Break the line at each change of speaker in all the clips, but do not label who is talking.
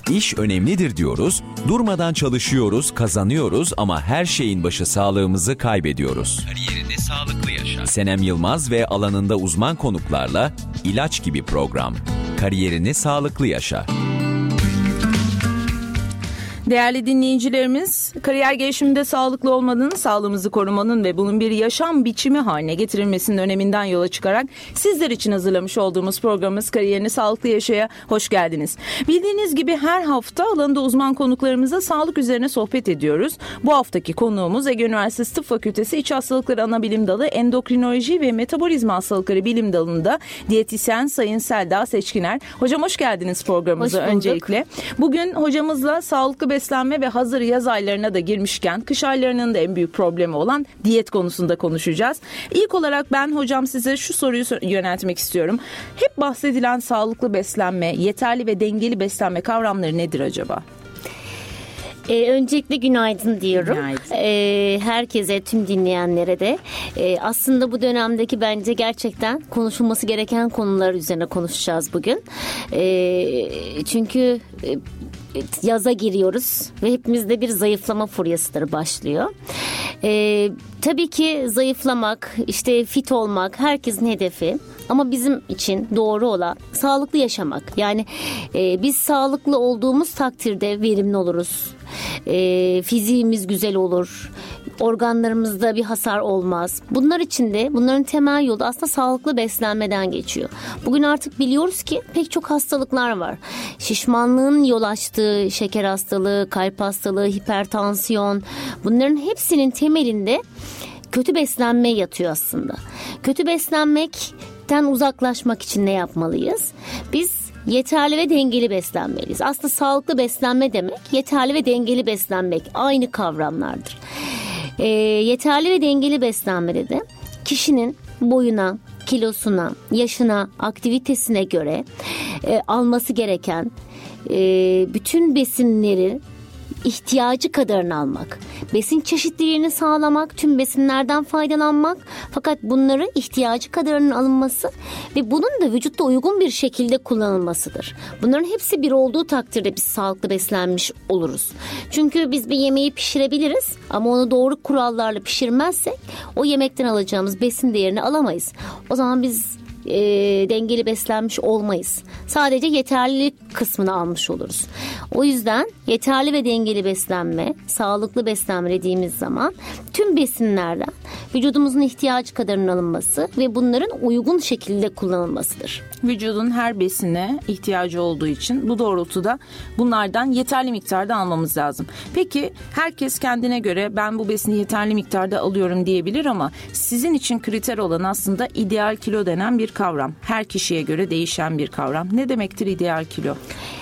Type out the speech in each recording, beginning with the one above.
İş önemlidir diyoruz, durmadan çalışıyoruz, kazanıyoruz ama her şeyin başı sağlığımızı kaybediyoruz. Kariyerini sağlıklı yaşa. Senem Yılmaz ve alanında uzman konuklarla ilaç gibi program. Kariyerini sağlıklı yaşa.
Değerli dinleyicilerimiz, kariyer gelişiminde sağlıklı olmanın, sağlığımızı korumanın ve bunun bir yaşam biçimi haline getirilmesinin öneminden yola çıkarak sizler için hazırlamış olduğumuz programımız Kariyerini Sağlıklı Yaşaya hoş geldiniz. Bildiğiniz gibi her hafta alanında uzman konuklarımızla sağlık üzerine sohbet ediyoruz. Bu haftaki konuğumuz Ege Üniversitesi Tıp Fakültesi İç Hastalıkları Anabilim Dalı Endokrinoloji ve Metabolizma Hastalıkları Bilim Dalı'nda diyetisyen Sayın Selda Seçkiner. Hocam hoş geldiniz programımıza öncelikle. Bugün hocamızla sağlıklı beslenme ve hazır yaz aylarına da girmişken kış aylarının da en büyük problemi olan diyet konusunda konuşacağız. İlk olarak ben hocam size şu soruyu yöneltmek istiyorum. Hep bahsedilen sağlıklı beslenme, yeterli ve dengeli beslenme kavramları nedir acaba?
Öncelikle günaydın diyorum.
Günaydın.
Herkese, tüm dinleyenlere de. Aslında bu dönemdeki bence gerçekten konuşulması gereken konular üzerine konuşacağız bugün. Çünkü yaza giriyoruz ve hepimizde bir zayıflama furyasıdır başlıyor. Tabii ki zayıflamak, işte fit olmak herkesin hedefi. Ama bizim için doğru olan sağlıklı yaşamak. Yani biz sağlıklı olduğumuz takdirde verimli oluruz. Fiziğimiz güzel olur. Organlarımızda bir hasar olmaz. Bunlar için de bunların temel yolu aslında sağlıklı beslenmeden geçiyor. Bugün artık biliyoruz ki pek çok hastalıklar var. Şişmanlığın yol açtığı şeker hastalığı, kalp hastalığı, hipertansiyon, bunların hepsinin temelinde kötü beslenme yatıyor aslında. Kötü beslenmekten uzaklaşmak için ne yapmalıyız? Biz yeterli ve dengeli beslenmeliyiz. Aslında sağlıklı beslenme demek, yeterli ve dengeli beslenmek aynı kavramlardır. Yeterli ve dengeli beslenmede de kişinin boyuna, kilosuna, yaşına, aktivitesine göre alması gereken bütün besinleri ihtiyacı kadarını almak, besin çeşitliliğini sağlamak, tüm besinlerden faydalanmak, fakat bunları ihtiyacı kadarının alınması ve bunun da vücutta uygun bir şekilde kullanılmasıdır. Bunların hepsi bir olduğu takdirde biz sağlıklı beslenmiş oluruz. Çünkü biz bir yemeği pişirebiliriz ama onu doğru kurallarla pişirmezsek o yemekten alacağımız besin değerini alamayız. O zaman biz dengeli beslenmiş olmayız. Sadece yeterlilik kısmını almış oluruz. O yüzden yeterli ve dengeli beslenme, sağlıklı beslenme dediğimiz zaman tüm besinlerden vücudumuzun ihtiyacı kadarının alınması ve bunların uygun şekilde kullanılmasıdır.
Vücudun her besine ihtiyacı olduğu için bu doğrultuda bunlardan yeterli miktarda almamız lazım. Peki herkes kendine göre ben bu besini yeterli miktarda alıyorum diyebilir ama sizin için kriter olan aslında ideal kilo denen bir kavram. Her kişiye göre değişen bir kavram. Ne demektir ideal kilo?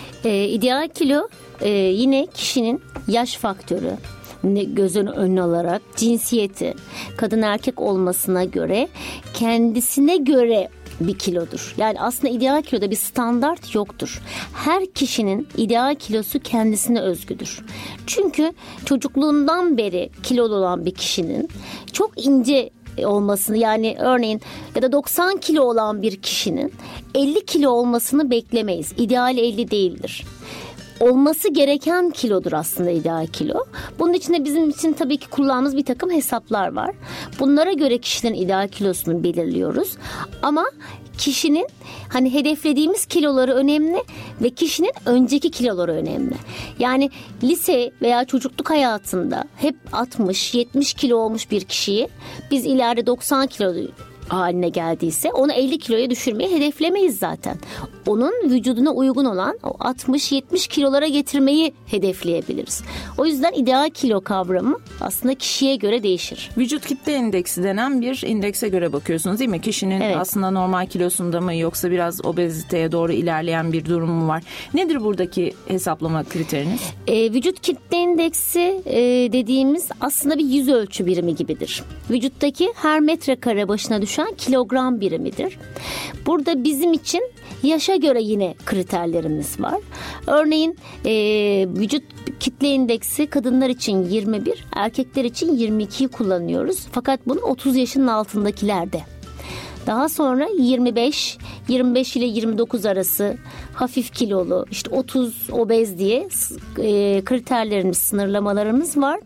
İdeal kilo yine kişinin yaş faktörü, göz önüne alarak cinsiyeti, kadın erkek olmasına göre, kendisine göre bir kilodur. Yani aslında ideal kiloda bir standart yoktur. Her kişinin ideal kilosu kendisine özgüdür. Çünkü çocukluğundan beri kilolu olan bir kişinin çok ince olmasını, yani örneğin ya da 90 kilo olan bir kişinin 50 kilo olmasını beklemeyiz. İdeal 50 değildir. Olması gereken kilodur aslında ideal kilo. Bunun için de bizim için tabii ki kullandığımız bir takım hesaplar var. Bunlara göre kişinin ideal kilosunu belirliyoruz. Ama kişinin hani hedeflediğimiz kiloları önemli ve kişinin önceki kiloları önemli. Yani lise veya çocukluk hayatında hep 60-70 kilo olmuş bir kişiyi biz ileride 90 kilo haline geldiyse onu 50 kiloya düşürmeyi hedeflemeyiz zaten. Onun vücuduna uygun olan o 60-70 kilolara getirmeyi hedefleyebiliriz. O yüzden ideal kilo kavramı aslında kişiye göre değişir.
Vücut kitle endeksi denen bir indekse göre bakıyorsunuz değil mi? Kişinin aslında normal kilosunda mı yoksa biraz obeziteye doğru ilerleyen bir durum mu var? Nedir buradaki hesaplama kriteriniz?
Vücut kitle endeksi dediğimiz aslında bir yüz ölçü birimi gibidir. Vücuttaki her metrekare başına düşen kilogram birimidir. Burada bizim için yaşa göre yine kriterlerimiz var. Örneğin vücut kitle indeksi kadınlar için 21, erkekler için 22'yi kullanıyoruz. Fakat bunu 30 yaşının altındakilerde. Daha sonra 25 ile 29 arası hafif kilolu, işte 30 obez diye kriterlerimiz, sınırlamalarımız var.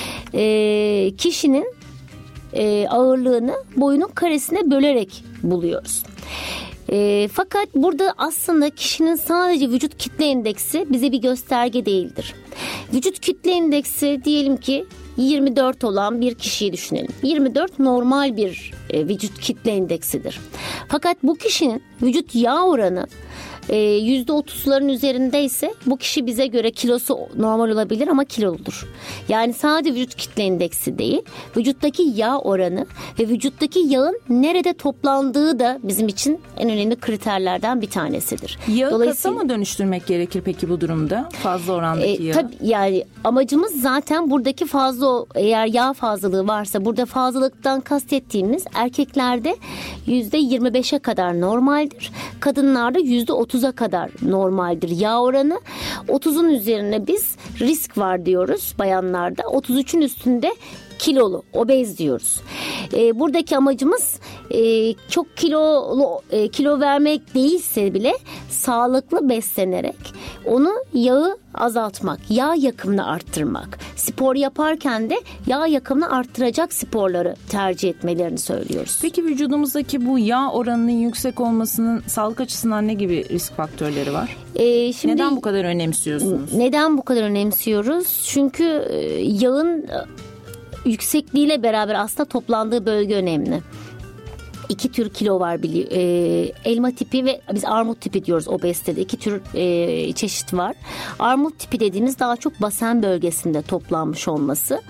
Kişinin ağırlığını boyunun karesine bölerek buluyoruz. Fakat burada aslında kişinin sadece vücut kitle indeksi bize bir gösterge değildir. Vücut kitle indeksi diyelim ki 24 olan bir kişiyi düşünelim. 24 normal bir vücut kitle indeksidir. Fakat bu kişinin vücut yağ oranı %30'ların üzerindeyse bu kişi bize göre kilosu normal olabilir ama kiloludur. Yani sadece vücut kitle indeksi değil, vücuttaki yağ oranı ve vücuttaki yağın nerede toplandığı da bizim için en önemli kriterlerden bir tanesidir.
Yağı kasa mı dönüştürmek gerekir peki bu durumda? Fazla orandaki yağı.
Tabii yani amacımız zaten buradaki fazla, eğer yağ fazlalığı varsa, burada fazlalıktan kastettiğimiz erkeklerde %25'e kadar normaldir. Kadınlarda %30'a kadar normaldir yağ oranı. 30'un üzerine biz risk var diyoruz bayanlarda. 33'ün üstünde kilolu, obez diyoruz. Buradaki amacımız çok kilo vermek değilse bile sağlıklı beslenerek onu yağı azaltmak, yağ yakımını arttırmak. Spor yaparken de yağ yakımını arttıracak sporları tercih etmelerini söylüyoruz.
Peki vücudumuzdaki bu yağ oranının yüksek olmasının sağlık açısından ne gibi risk faktörleri var?
Şimdi,
neden bu kadar önemsiyorsunuz?
Neden bu kadar önemsiyoruz? Çünkü yağın yüksekliğiyle beraber aslında toplandığı bölge önemli. 2 tür kilo var elma tipi ve biz armut tipi diyoruz obezitede. 2 tür çeşit var. Armut tipi dediğimiz daha çok basen bölgesinde toplanmış olması.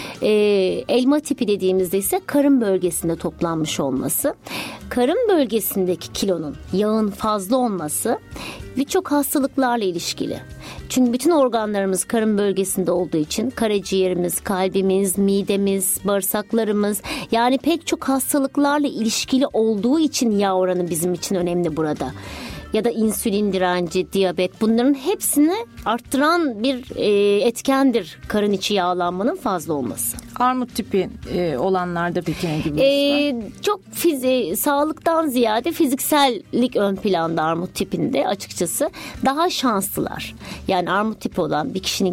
Elma tipi dediğimizde ise karın bölgesinde toplanmış olması. Karın bölgesindeki kilonun, yağın fazla olması birçok hastalıklarla ilişkili. Çünkü bütün organlarımız karın bölgesinde olduğu için karaciğerimiz, kalbimiz, midemiz, bağırsaklarımız, yani pek çok hastalıklarla ilişkili olduğu için yağ oranı bizim için önemli burada. Ya da insülin direnci, diyabet, bunların hepsini arttıran bir etkendir karın içi yağlanmanın fazla olması.
Armut tipi olanlarda peki ne gibi?
Çok sağlıktan ziyade fiziksellik ön planda armut tipinde açıkçası daha şanslılar. Yani armut tipi olan bir kişinin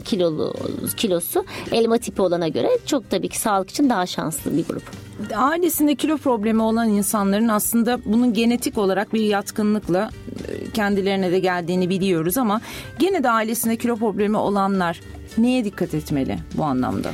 kilosu elma tipi olana göre çok tabii ki sağlık için daha şanslı bir grup.
Ailesinde kilo problemi olan insanların aslında bunun genetik olarak bir yatkınlıkla kendilerine de geldiğini biliyoruz ama gene de ailesinde kilo problemi olanlar neye dikkat etmeli bu anlamda?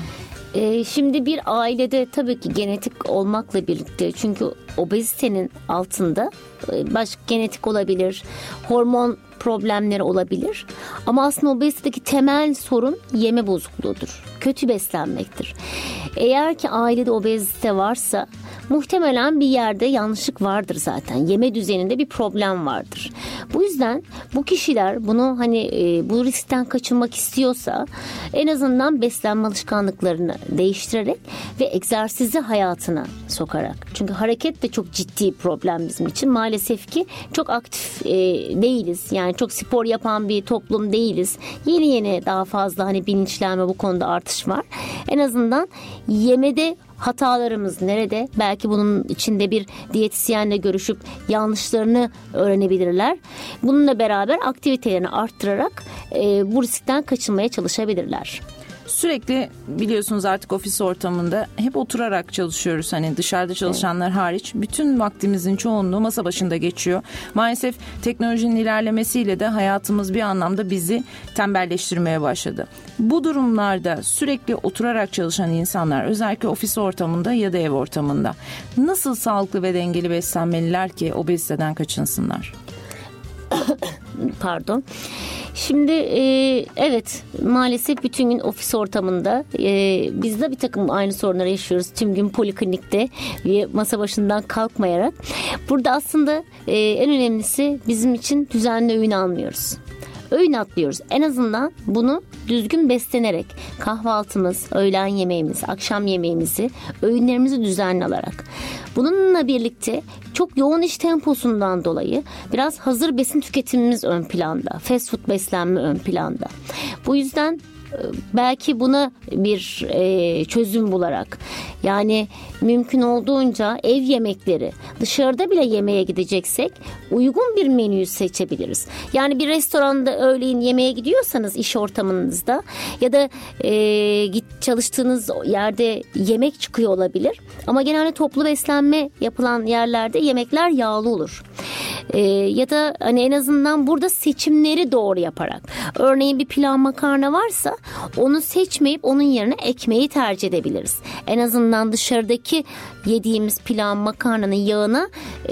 Şimdi bir ailede tabii ki genetik olmakla birlikte, çünkü obezitenin altında başka genetik olabilir, hormon problemleri olabilir. Ama aslında obezitedeki temel sorun yeme bozukluğudur. Kötü beslenmektir. Eğer ki ailede obezite varsa muhtemelen bir yerde yanlışlık vardır zaten. Yeme düzeninde bir problem vardır. Bu yüzden bu kişiler bunu bu riskten kaçınmak istiyorsa en azından beslenme alışkanlıklarını değiştirerek ve egzersizi hayatına sokarak. Çünkü hareket de çok ciddi problem bizim için. Maalesef ki çok aktif değiliz. Yani çok spor yapan bir toplum değiliz. Yeni daha fazla bilinçlenme, bu konuda artış var. En azından yemede hatalarımız nerede? Belki bunun içinde bir diyetisyenle görüşüp yanlışlarını öğrenebilirler. Bununla beraber aktivitelerini arttırarak bu riskten kaçınmaya çalışabilirler.
Sürekli biliyorsunuz artık ofis ortamında hep oturarak çalışıyoruz. Dışarıda çalışanlar hariç bütün vaktimizin çoğunluğu masa başında geçiyor. Maalesef teknolojinin ilerlemesiyle de hayatımız bir anlamda bizi tembelleştirmeye başladı. Bu durumlarda sürekli oturarak çalışan insanlar, özellikle ofis ortamında ya da ev ortamında, nasıl sağlıklı ve dengeli beslenmeliler ki obeziteden kaçınsınlar?
Pardon. Şimdi evet, maalesef bütün gün ofis ortamında biz de bir takım aynı sorunları yaşıyoruz. Tüm gün poliklinikte ve masa başından kalkmayarak. Burada aslında en önemlisi bizim için düzenli öğün almıyoruz. Öğün atlıyoruz. En azından bunu düzgün beslenerek kahvaltımız, öğlen yemeğimiz, akşam yemeğimizi, öğünlerimizi düzenli alarak. Bununla birlikte çok yoğun iş temposundan dolayı biraz hazır besin tüketimimiz ön planda. Fast food beslenme ön planda. Bu yüzden belki buna bir çözüm bularak, yani mümkün olduğunca ev yemekleri, dışarıda bile yemeğe gideceksek uygun bir menüyü seçebiliriz. Yani bir restoranda öğleyin yemeğe gidiyorsanız iş ortamınızda ya da çalıştığınız yerde yemek çıkıyor olabilir. Ama genelde toplu beslenme yapılan yerlerde yemekler yağlı olur. Ya da hani en azından burada seçimleri doğru yaparak, örneğin bir pilav makarna varsa onu seçmeyip onun yerine ekmeği tercih edebiliriz. En azından dışarıdaki yediğimiz pilav makarnanın yağını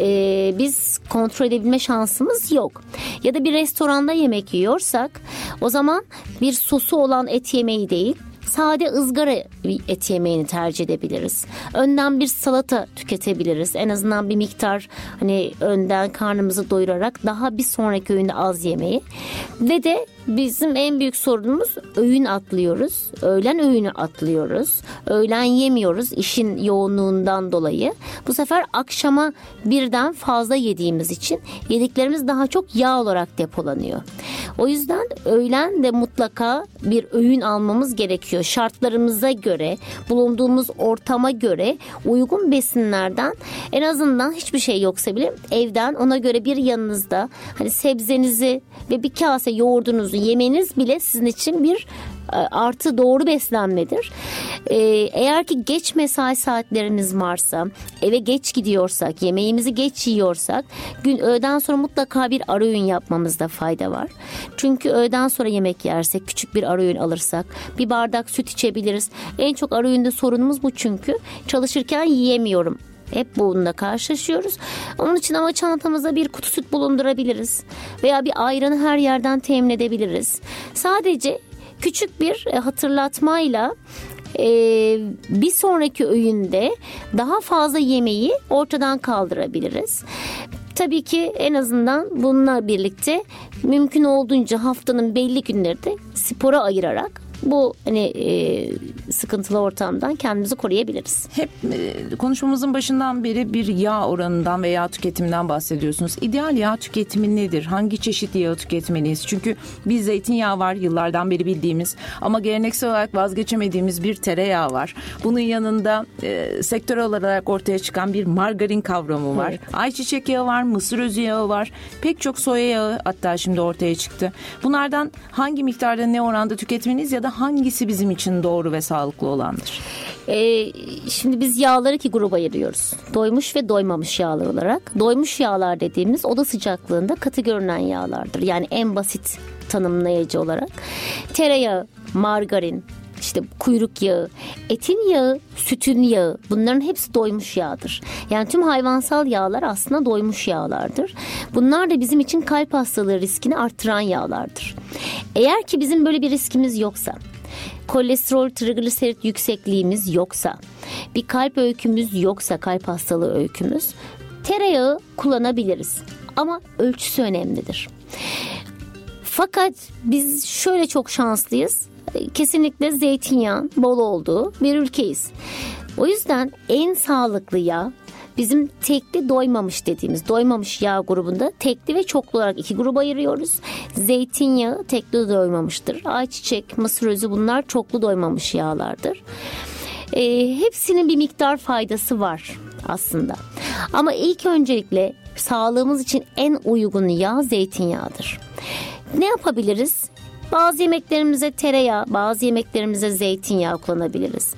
biz kontrol edebilme şansımız yok. Ya da bir restoranda yemek yiyorsak o zaman bir sosu olan et yemeği değil, sade ızgara et yemeğini tercih edebiliriz. Önden bir salata tüketebiliriz. En azından bir miktar hani önden karnımızı doyurarak daha bir sonraki öğünde az yemeği. Ve de bizim en büyük sorunumuz öğün atlıyoruz. Öğlen öğünü atlıyoruz. Öğlen yemiyoruz işin yoğunluğundan dolayı. Bu sefer akşama birden fazla yediğimiz için yediklerimiz daha çok yağ olarak depolanıyor. O yüzden öğlen de mutlaka bir öğün almamız gerekiyor. Şartlarımıza göre, bulunduğumuz ortama göre uygun besinlerden, en azından hiçbir şey yoksa bile evden ona göre bir yanınızda hani sebzenizi ve bir kase yoğurdunuzu yemeniz bile sizin için bir artı doğru beslenmedir. Eğer ki geç mesai saatlerimiz varsa, eve geç gidiyorsak, yemeğimizi geç yiyorsak, öğleden sonra mutlaka bir ara öğün yapmamızda fayda var. Çünkü öğleden sonra yemek yersek, küçük bir ara öğün alırsak, bir bardak süt içebiliriz. En çok ara öğünde sorunumuz bu, çünkü çalışırken yiyemiyorum. Hep bununla karşılaşıyoruz. Onun için ama çantamızda bir kutu süt bulundurabiliriz. Veya bir ayranı her yerden temin edebiliriz. Sadece küçük bir hatırlatmayla bir sonraki öğünde daha fazla yemeği ortadan kaldırabiliriz. Tabii ki en azından bununla birlikte mümkün olduğunca haftanın belli günleri de spora ayırarak bu sıkıntılı ortamdan kendimizi koruyabiliriz.
Hep konuşmamızın başından beri bir yağ oranından veya tüketiminden bahsediyorsunuz. İdeal yağ tüketimi nedir? Hangi çeşit yağı tüketmeliyiz? Çünkü bir zeytinyağı var, yıllardan beri bildiğimiz, ama geleneksel olarak vazgeçemediğimiz bir tereyağı var. Bunun yanında sektörel olarak ortaya çıkan bir margarin kavramı var. Evet. Ayçiçek yağı var, mısır özü yağı var. Pek çok soya yağı hatta şimdi ortaya çıktı. Bunlardan hangi miktarda, ne oranda tüketmeliyiz ya da hangisi bizim için doğru ve sağlıklı olandır?
Şimdi biz yağları iki gruba ayırıyoruz. Doymuş ve doymamış yağlar olarak. Doymuş yağlar dediğimiz oda sıcaklığında katı görünen yağlardır. Yani en basit tanımlayıcı olarak. Tereyağı, margarin, İşte kuyruk yağı, etin yağı, sütün yağı, bunların hepsi doymuş yağdır. Yani tüm hayvansal yağlar aslında doymuş yağlardır. Bunlar da bizim için kalp hastalığı riskini arttıran yağlardır. Eğer ki bizim böyle bir riskimiz yoksa, kolesterol, trigliserit yüksekliğimiz yoksa, bir kalp öykümüz yoksa, kalp hastalığı öykümüz, tereyağı kullanabiliriz. Ama ölçüsü önemlidir. Fakat biz şöyle çok şanslıyız. Kesinlikle zeytinyağı bol olduğu bir ülkeyiz. O yüzden en sağlıklı yağ bizim tekli doymamış dediğimiz doymamış yağ grubunda tekli ve çoklu olarak iki gruba ayırıyoruz. Zeytinyağı tekli doymamıştır. Ayçiçek, mısır özü, bunlar çoklu doymamış yağlardır. Hepsinin bir miktar faydası var aslında. Ama ilk öncelikle sağlığımız için en uygun yağ zeytinyağıdır. Ne yapabiliriz? Bazı yemeklerimize tereyağı, bazı yemeklerimize zeytinyağı kullanabiliriz.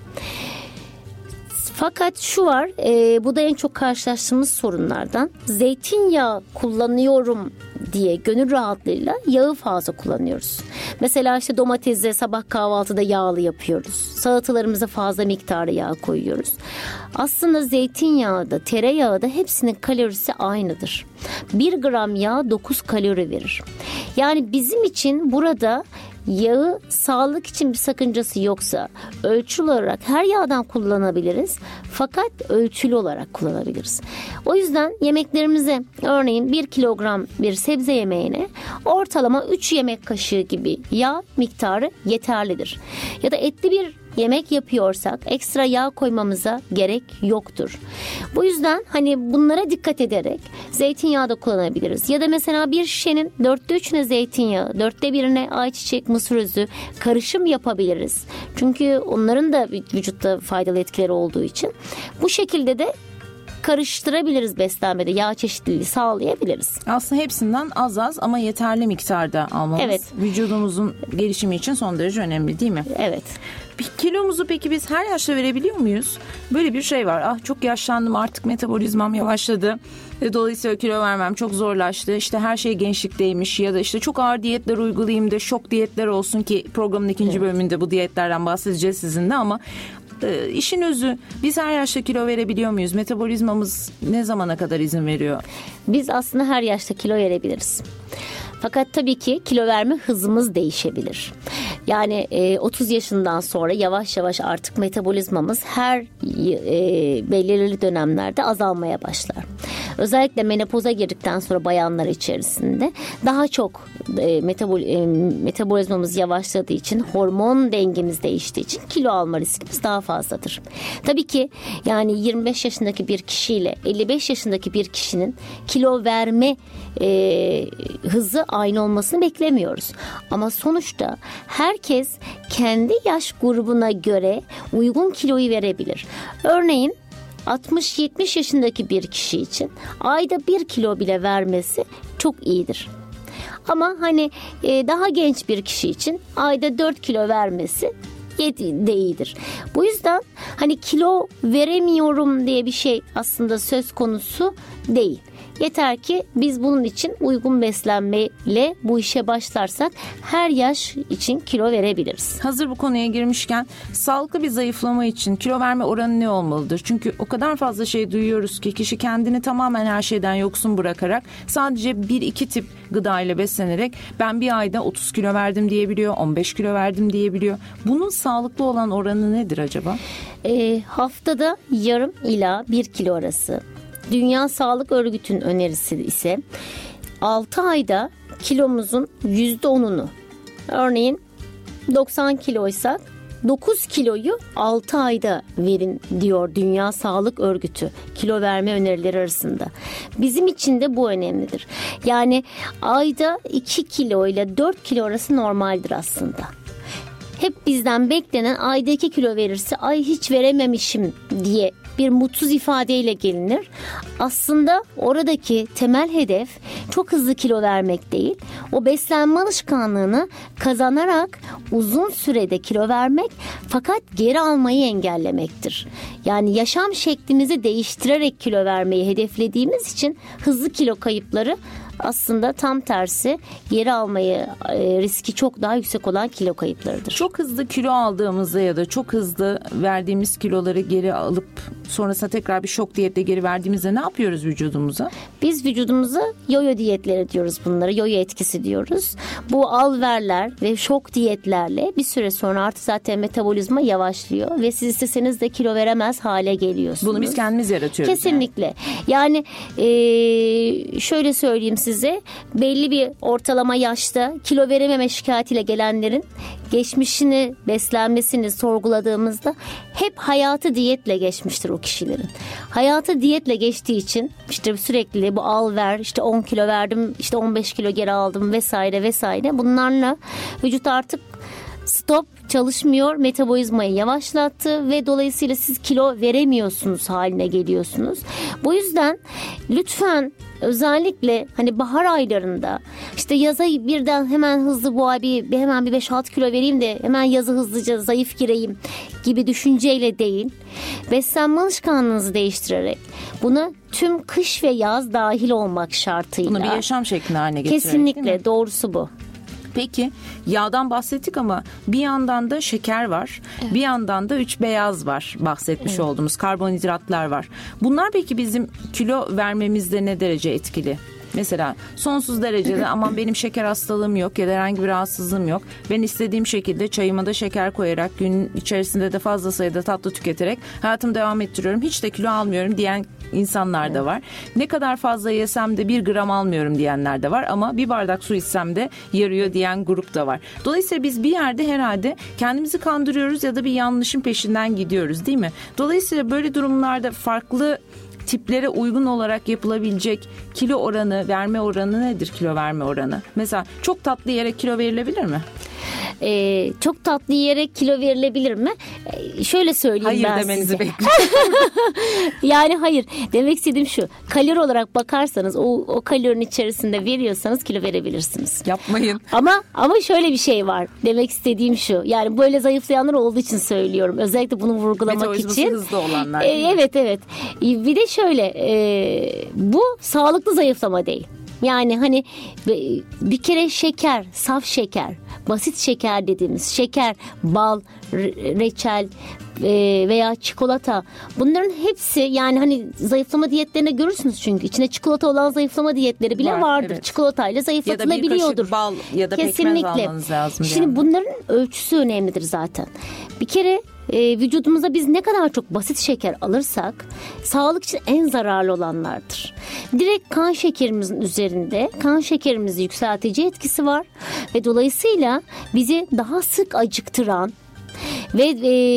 Fakat şu var, bu da en çok karşılaştığımız sorunlardan. Zeytinyağı kullanıyorum diye gönül rahatlığıyla yağı fazla kullanıyoruz. Mesela işte domatesi sabah kahvaltıda yağlı yapıyoruz. Salatalarımıza fazla miktarda yağ koyuyoruz. Aslında zeytinyağı da tereyağı da hepsinin kalorisi aynıdır. 1 gram yağ 9 kalori verir. Yani bizim için burada yağı sağlık için bir sakıncası yoksa ölçülü olarak her yağdan kullanabiliriz. Fakat ölçülü olarak kullanabiliriz. O yüzden yemeklerimize, örneğin 1 kilogram bir sebze yemeğine ortalama 3 yemek kaşığı gibi yağ miktarı yeterlidir. Ya da etli bir yemek yapıyorsak ekstra yağ koymamıza gerek yoktur. Bu yüzden hani bunlara dikkat ederek zeytinyağı da kullanabiliriz. Ya da mesela bir şişenin 3/4'üne zeytinyağı, 1/4'üne ayçiçek, mısır özü karışım yapabiliriz. Çünkü onların da vücutta faydalı etkileri olduğu için. Bu şekilde de karıştırabiliriz beslenmede. Yağ çeşitliliği sağlayabiliriz.
Aslında hepsinden az az ama yeterli miktarda almamız vücudumuzun gelişimi için son derece önemli, değil mi?
Evet.
Kilomuzu peki biz her yaşta verebiliyor muyuz? Böyle bir şey var. Çok yaşlandım, artık metabolizmam yavaşladı. Dolayısıyla kilo vermem çok zorlaştı. İşte her şey gençlikteymiş ya da işte çok ağır diyetler uygulayayım da şok diyetler olsun, ki programın ikinci bölümünde bu diyetlerden bahsedeceğiz sizinle, ama işin özü, biz her yaşta kilo verebiliyor muyuz? Metabolizmamız ne zamana kadar izin veriyor?
Biz aslında her yaşta kilo verebiliriz. Fakat tabii ki kilo verme hızımız değişebilir. Yani 30 yaşından sonra yavaş yavaş artık metabolizmamız her belirli dönemlerde azalmaya başlar. Özellikle menopoza girdikten sonra bayanlar içerisinde daha çok metabolizmamız yavaşladığı için, hormon dengemiz değiştiği için kilo alma riskimiz daha fazladır. Tabii ki yani 25 yaşındaki bir kişiyle 55 yaşındaki bir kişinin kilo verme hızı aynı olmasını beklemiyoruz. Ama sonuçta herkes kendi yaş grubuna göre uygun kiloyu verebilir. Örneğin 60-70 yaşındaki bir kişi için ayda 1 kilo bile vermesi çok iyidir. Ama hani daha genç bir kişi için ayda 4 kilo vermesi de iyidir. Bu yüzden hani kilo veremiyorum diye bir şey aslında söz konusu değil. Yeter ki biz bunun için uygun beslenmeyle bu işe başlarsak her yaş için kilo verebiliriz.
Hazır bu konuya girmişken, sağlıklı bir zayıflama için kilo verme oranı ne olmalıdır? Çünkü o kadar fazla şey duyuyoruz ki kişi kendini tamamen her şeyden yoksun bırakarak sadece 1-2 tip gıda ile beslenerek ben bir ayda 30 kilo verdim diyebiliyor, 15 kilo verdim diyebiliyor. Bunun sağlıklı olan oranı nedir acaba?
Haftada yarım ila 1 kilo arası. Dünya Sağlık Örgütü'nün önerisi ise 6 ayda kilomuzun %10'unu, örneğin 90 kiloysak 9 kiloyu 6 ayda verin diyor Dünya Sağlık Örgütü kilo verme önerileri arasında. Bizim için de bu önemlidir. Yani ayda 2 kilo ile 4 kilo arası normaldir aslında. Hep bizden beklenen ayda 2 kilo verirse ay hiç verememişim diye bir mutsuz ifadeyle gelinir. Aslında oradaki temel hedef çok hızlı kilo vermek değil, o beslenme alışkanlığını kazanarak uzun sürede kilo vermek, fakat geri almayı engellemektir. Yani yaşam şeklimizi değiştirerek kilo vermeyi hedeflediğimiz için hızlı kilo kayıpları aslında tam tersi, geri almayı riski çok daha yüksek olan kilo kayıplarıdır.
Çok hızlı kilo aldığımızda ya da çok hızlı verdiğimiz kiloları geri alıp sonrasında tekrar bir şok diyetle geri verdiğimizde ne yapıyoruz vücudumuza?
Biz vücudumuza yoyo diyetleri diyoruz bunlara. Yoyo etkisi diyoruz. Bu al-verler ve şok diyetlerle bir süre sonra artık zaten metabolizma yavaşlıyor ve siz isteseniz de kilo veremez hale geliyorsunuz.
Bunu biz kendimiz yaratıyoruz.
Kesinlikle. Yani şöyle söyleyeyim size, belli bir ortalama yaşta kilo verememe şikayetiyle gelenlerin geçmişini, beslenmesini sorguladığımızda hep hayatı diyetle geçmiştir o kişilerin. Hayatı diyetle geçtiği için işte sürekli bu al ver, işte 10 kilo verdim, işte 15 kilo geri aldım vesaire vesaire, bunlarla vücut artık stop, çalışmıyor, metabolizmayı yavaşlattı ve dolayısıyla siz kilo veremiyorsunuz haline geliyorsunuz. Bu yüzden lütfen özellikle hani bahar aylarında işte yaza birden hemen hızlı bu ay hemen bir 5-6 kilo vereyim de hemen yazı hızlıca zayıf gireyim gibi düşünceyle değil, beslenme alışkanlığınızı değiştirerek, buna tüm kış ve yaz dahil olmak şartıyla.
Bunu bir yaşam şekline haline getirerek.
Kesinlikle doğrusu bu.
Peki yağdan bahsettik ama bir yandan da şeker var. Evet. Bir yandan da 3 beyaz var, bahsetmiş olduğumuz karbonhidratlar var. Bunlar peki bizim kilo vermemizde ne derece etkili? Mesela sonsuz derecede aman benim şeker hastalığım yok ya da herhangi bir rahatsızlığım yok. Ben istediğim şekilde çayıma da şeker koyarak, gün içerisinde de fazla sayıda tatlı tüketerek hayatımı devam ettiriyorum. Hiç de kilo almıyorum diyen insanlar da var. Ne kadar fazla yesem de 1 gram almıyorum diyenler de var ama bir bardak su içsem de yarıyor diyen grup da var. Dolayısıyla biz bir yerde herhalde kendimizi kandırıyoruz ya da bir yanlışın peşinden gidiyoruz, değil mi? Dolayısıyla böyle durumlarda farklı tiplere uygun olarak yapılabilecek kilo oranı, verme oranı nedir, kilo verme oranı? Mesela çok tatlı yiyerek kilo verilebilir mi?
Çok tatlı yiyerek kilo verilebilir mi? Şöyle söyleyeyim
hayır
ben
demenizi
size.
bekliyorum.
Yani hayır. Demek istediğim şu. Kalori olarak bakarsanız o kalorinin içerisinde veriyorsanız kilo verebilirsiniz.
Yapmayın.
Ama şöyle bir şey var. Demek istediğim şu. Yani böyle zayıflayanlar olduğu için söylüyorum. Özellikle bunu vurgulamak için.
Hızlı olanlar.
Evet. Bir de şöyle. Bu sağlıklı zayıflama değil. Yani hani bir kere şeker, saf şeker, basit şeker dediğimiz şeker, bal, reçel veya çikolata, bunların hepsi, yani hani zayıflama diyetlerinde görürsünüz çünkü içinde çikolata olan zayıflama diyetleri bile vardır. Evet. Çikolatayla zayıflatılabiliyordur. Ya da bir kaşık
bal ya da pekmez almanız lazım.
Şimdi yani bunların ölçüsü önemlidir zaten. Bir kere vücudumuza biz ne kadar çok basit şeker alırsak sağlık için en zararlı olanlardır. Direkt kan şekerimizin üzerinde kan şekerimizi yükseltici etkisi var ve dolayısıyla bizi daha sık acıktıran ve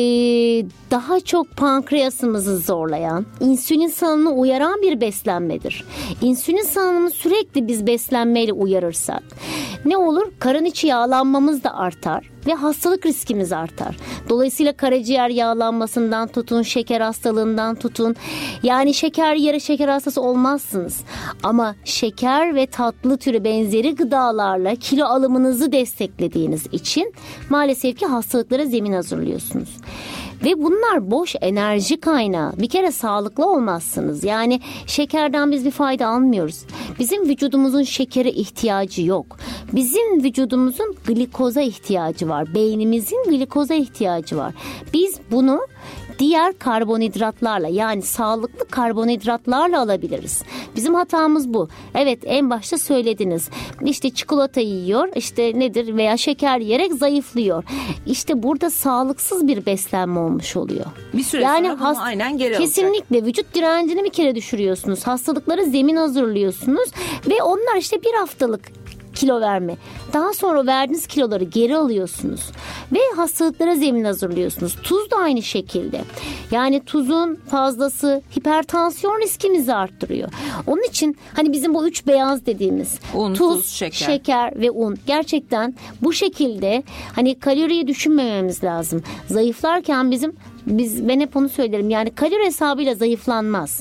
daha çok pankreasımızı zorlayan, insülin salınımını uyaran bir beslenmedir. İnsülin salınımını sürekli biz beslenmeyle uyarırsak ne olur? Karın içi yağlanmamız da artar ve hastalık riskimiz artar. Dolayısıyla karaciğer yağlanmasından tutun, şeker hastalığından tutun. Yani şeker yiyerek şeker hastası olmazsınız. Ama şeker ve tatlı türü benzeri gıdalarla kilo alımınızı desteklediğiniz için maalesef ki hastalıklara zemin hazırlıyorsunuz. Ve bunlar boş enerji kaynağı. Bir kere sağlıklı olmazsınız. Yani şekerden biz bir fayda almıyoruz. Bizim vücudumuzun şekere ihtiyacı yok. Bizim vücudumuzun glikoza ihtiyacı var. Beynimizin glikoza ihtiyacı var. Biz bunu diğer karbonhidratlarla, yani sağlıklı karbonhidratlarla alabiliriz. Bizim hatamız bu. Evet, en başta söylediniz. İşte çikolata yiyor, işte nedir veya şeker yiyerek zayıflıyor. İşte burada sağlıksız bir beslenme olmuş oluyor.
Bir süre yani sonra bunu aynen geri alacak.
Kesinlikle vücut direncini bir kere düşürüyorsunuz. Hastalıklara zemin hazırlıyorsunuz ve onlar işte bir haftalık kilo verme. Daha sonra verdiğiniz kiloları geri alıyorsunuz ve hastalıklara zemin hazırlıyorsunuz. Tuz da aynı şekilde. Yani tuzun fazlası hipertansiyon riskimizi arttırıyor. Onun için hani bizim bu 3 beyaz dediğimiz
un, tuz,
şeker ve un, gerçekten bu şekilde hani kaloriyi düşünmememiz lazım. Zayıflarken ben hep onu söylerim. Yani kalori hesabıyla zayıflanmaz.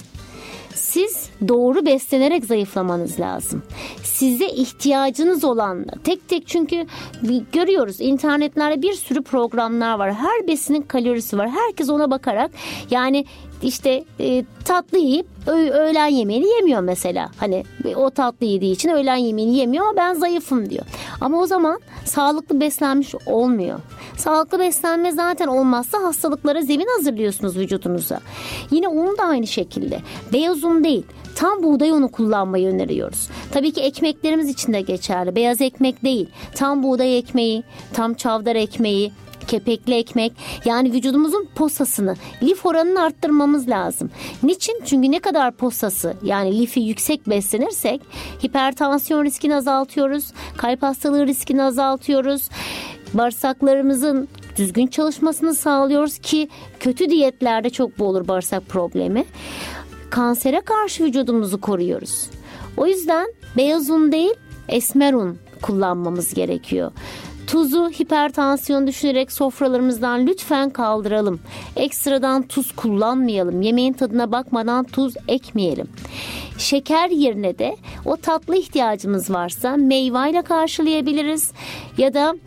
Siz doğru beslenerek zayıflamanız lazım. Size ihtiyacınız olan tek tek, çünkü görüyoruz internetlerde bir sürü programlar var. Her besinin kalorisi var. Herkes ona bakarak, yani işte tatlı yiyip öğlen yemeğini yemiyor mesela. Hani o tatlı yediği için öğlen yemeğini yemiyor ama ben zayıfım diyor. Ama o zaman sağlıklı beslenmiş olmuyor. Sağlıklı beslenme zaten olmazsa hastalıklara zemin hazırlıyorsunuz vücudunuza. Yine un da aynı şekilde. Beyaz un değil, tam buğday unu kullanmayı öneriyoruz. Tabii ki ekmeklerimiz için de geçerli. Beyaz ekmek değil, tam buğday ekmeği, tam çavdar ekmeği, kepekli ekmek, yani vücudumuzun posasını, lif oranını arttırmamız lazım. Niçin? Çünkü ne kadar posası, yani lifi yüksek beslenirsek hipertansiyon riskini azaltıyoruz, kalp hastalığı riskini azaltıyoruz, bağırsaklarımızın düzgün çalışmasını sağlıyoruz ki kötü diyetlerde çok bu olur bağırsak problemi. Kansere karşı vücudumuzu koruyoruz. O yüzden beyaz un değil, esmer un kullanmamız gerekiyor. Tuzu hipertansiyon düşünerek sofralarımızdan lütfen kaldıralım. Ekstradan tuz kullanmayalım. Yemeğin tadına bakmadan tuz ekmeyelim. Şeker yerine de o tatlı ihtiyacımız varsa meyveyle karşılayabiliriz. Ya da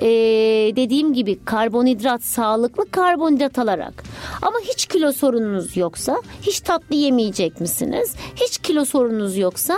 dediğim gibi karbonhidrat, sağlıklı karbonhidrat alarak. Ama hiç kilo sorununuz yoksa, hiç tatlı yemeyecek misiniz? Hiç kilo sorunuz yoksa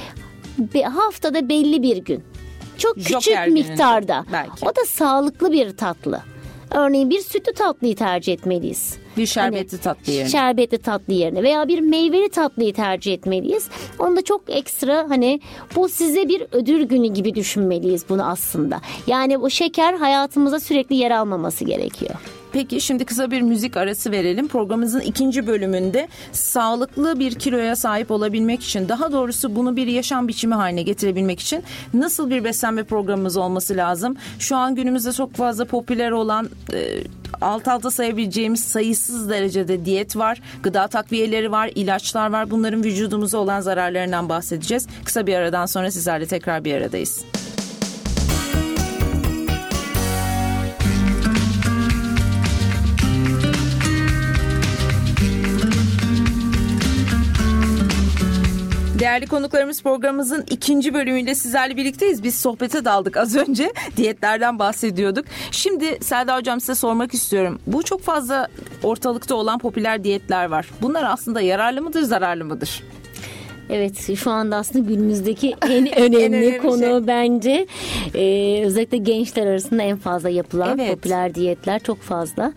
haftada belli bir gün, çok küçük miktarda, belki, o da sağlıklı bir tatlı. Örneğin bir sütlü tatlıyı tercih etmeliyiz.
Bir şerbetli tatlı yerine.
Şerbetli tatlı yerine veya bir meyveli tatlıyı tercih etmeliyiz. Onda çok ekstra hani bu size bir ödül günü gibi düşünmeliyiz bunu aslında. Yani bu şeker hayatımıza sürekli yer almaması gerekiyor.
Peki şimdi kısa bir müzik arası verelim. Programımızın 2. bölümünde sağlıklı bir kiloya sahip olabilmek için, daha doğrusu bunu bir yaşam biçimi haline getirebilmek için nasıl bir beslenme programımız olması lazım? Şu an günümüzde çok fazla popüler olan alt alta sayabileceğimiz sayısız derecede diyet var, gıda takviyeleri var, ilaçlar var. Bunların vücudumuza olan zararlarından bahsedeceğiz. Kısa bir aradan sonra sizlerle tekrar bir aradayız. Değerli konuklarımız, programımızın 2. bölümüyle sizlerle birlikteyiz. Biz sohbete daldık az önce. Diyetlerden bahsediyorduk. Şimdi Selda Hocam size sormak istiyorum. Bu çok fazla ortalıkta olan popüler diyetler var. Bunlar aslında yararlı mıdır, zararlı mıdır?
Evet, şu anda aslında günümüzdeki en önemli konu bence. Özellikle gençler arasında en fazla yapılan popüler diyetler çok fazla.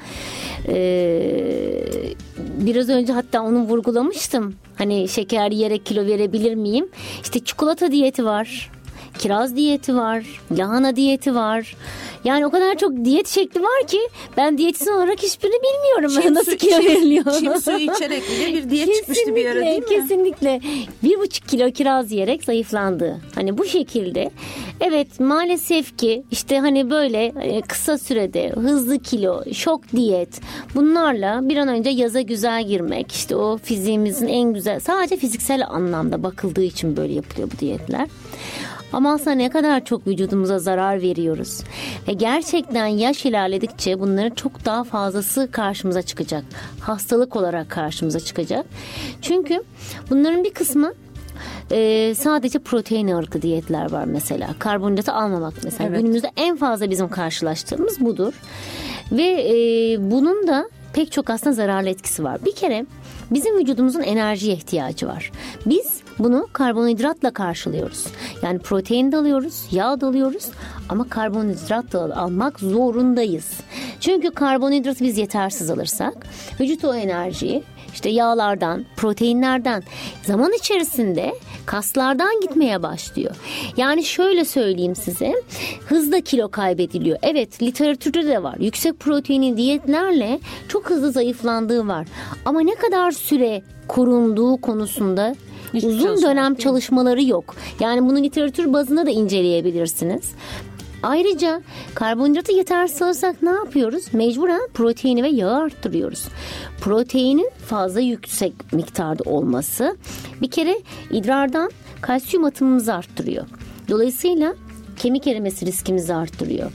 Biraz önce hatta onu vurgulamıştım. Hani şeker yiyerek kilo verebilir miyim? İşte çikolata diyeti var. Kiraz diyeti var, lahana diyeti var. Yani o kadar çok diyet şekli var ki ben diyetisyen olarak hiçbirini bilmiyorum. Nasıl kilo veriliyor?
Çim suyu içerek bile bir diyet çıkmıştı bir ara, değil mi?
Kesinlikle. 1,5 kilo kiraz yiyerek zayıflandı. Hani bu şekilde. Evet, maalesef ki işte hani böyle kısa sürede hızlı kilo, şok diyet, bunlarla bir an önce yaza güzel girmek. İşte o fiziğimizin en güzel, sadece fiziksel anlamda bakıldığı için böyle yapılıyor bu diyetler. Ama aslında ne kadar çok vücudumuza zarar veriyoruz. Ve gerçekten yaş ilerledikçe bunların çok daha fazlası karşımıza çıkacak. Hastalık olarak karşımıza çıkacak. Çünkü bunların bir kısmı sadece protein ağırlıklı diyetler var mesela. Karbonhidratı almamak mesela. Evet. Günümüzde en fazla bizim karşılaştığımız budur. Ve bunun da pek çok aslında zararlı etkisi var. Bir kere bizim vücudumuzun enerjiye ihtiyacı var. Biz bunu karbonhidratla karşılıyoruz. Yani protein de alıyoruz, yağ da alıyoruz ama karbonhidrat da almak zorundayız. Çünkü karbonhidratı biz yetersiz alırsak vücut o enerjiyi işte yağlardan, proteinlerden zaman içerisinde kaslardan gitmeye başlıyor. Yani şöyle söyleyeyim size, hızla kilo kaybediliyor. Evet, literatürde de var. Yüksek proteinli diyetlerle çok hızlı zayıflandığı var. Ama ne kadar süre korunduğu konusunda uzun dönem çalışmaları yok. Yani bunu literatür bazında da inceleyebilirsiniz. Ayrıca karbonhidratı yetersiz alırsak ne yapıyoruz? Mecburen proteini ve yağı arttırıyoruz. Proteinin fazla yüksek miktarda olması bir kere idrardan kalsiyum atımımızı arttırıyor. Dolayısıyla kemik erimesi riskimizi arttırıyor.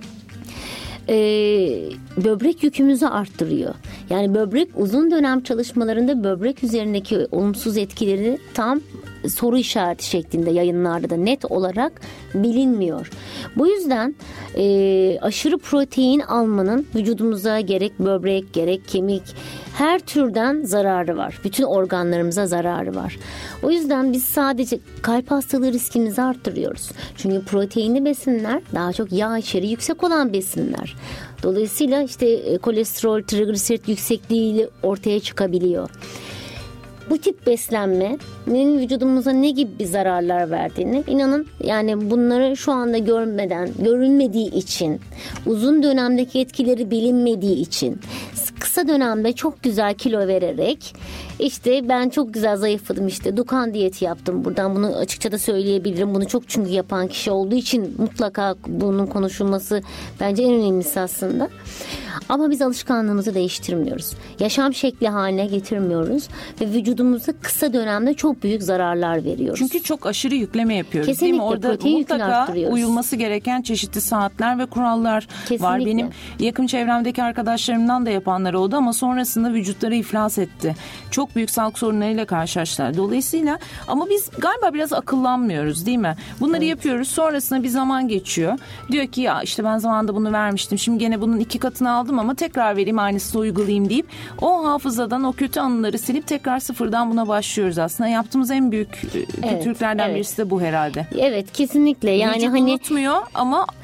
Böbrek yükümüzü arttırıyor. Yani böbrek uzun dönem çalışmalarında böbrek üzerindeki olumsuz etkileri tam soru işareti şeklinde yayınlarda da net olarak bilinmiyor. Bu yüzden aşırı protein almanın vücudumuza gerek böbrek gerek kemik her türden zararı var. Bütün organlarımıza zararı var. O yüzden biz sadece kalp hastalığı riskimizi arttırıyoruz. Çünkü proteinli besinler daha çok yağ içeriği yüksek olan besinler. Dolayısıyla işte kolesterol, trigliserit yüksekliği ortaya çıkabiliyor. Bu tip beslenmenin vücudumuza ne gibi bir zararlar verdiğini inanın yani bunları şu anda görülmediği için, uzun dönemdeki etkileri bilinmediği için kısa dönemde çok güzel kilo vererek işte ben çok güzel zayıfladım işte Dukan diyeti yaptım. Buradan bunu açıkça da söyleyebilirim. Bunu çok çünkü yapan kişi olduğu için mutlaka bunun konuşulması bence en önemlisi aslında. Ama biz alışkanlığımızı değiştirmiyoruz. Yaşam şekli haline getirmiyoruz ve vücudumuza kısa dönemde çok büyük zararlar veriyoruz.
Çünkü çok aşırı yükleme yapıyoruz.
Kesinlikle,
değil mi? Orada
protein
mutlaka uyulması gereken çeşitli saatler ve kurallar var. Benim yakın çevremdeki arkadaşlarımdan da yapanlar oldu ama sonrasında vücutları iflas etti. Çok büyük sağlık sorunlarıyla karşılaştılar. Dolayısıyla ama biz galiba biraz akıllanmıyoruz değil mi? Bunları yapıyoruz. Sonrasında bir zaman geçiyor. Diyor ki ya işte ben zamanında bunu vermiştim. Şimdi gene bunun 2 katını aldım ama tekrar vereyim aynısını uygulayayım deyip o hafızadan o kötü anıları silip tekrar sıfırdan buna başlıyoruz aslında. Yaptığımız en büyük kötülüklerden birisi de bu herhalde.
Evet, kesinlikle. Yani
vücut
hani
unutmuyor ama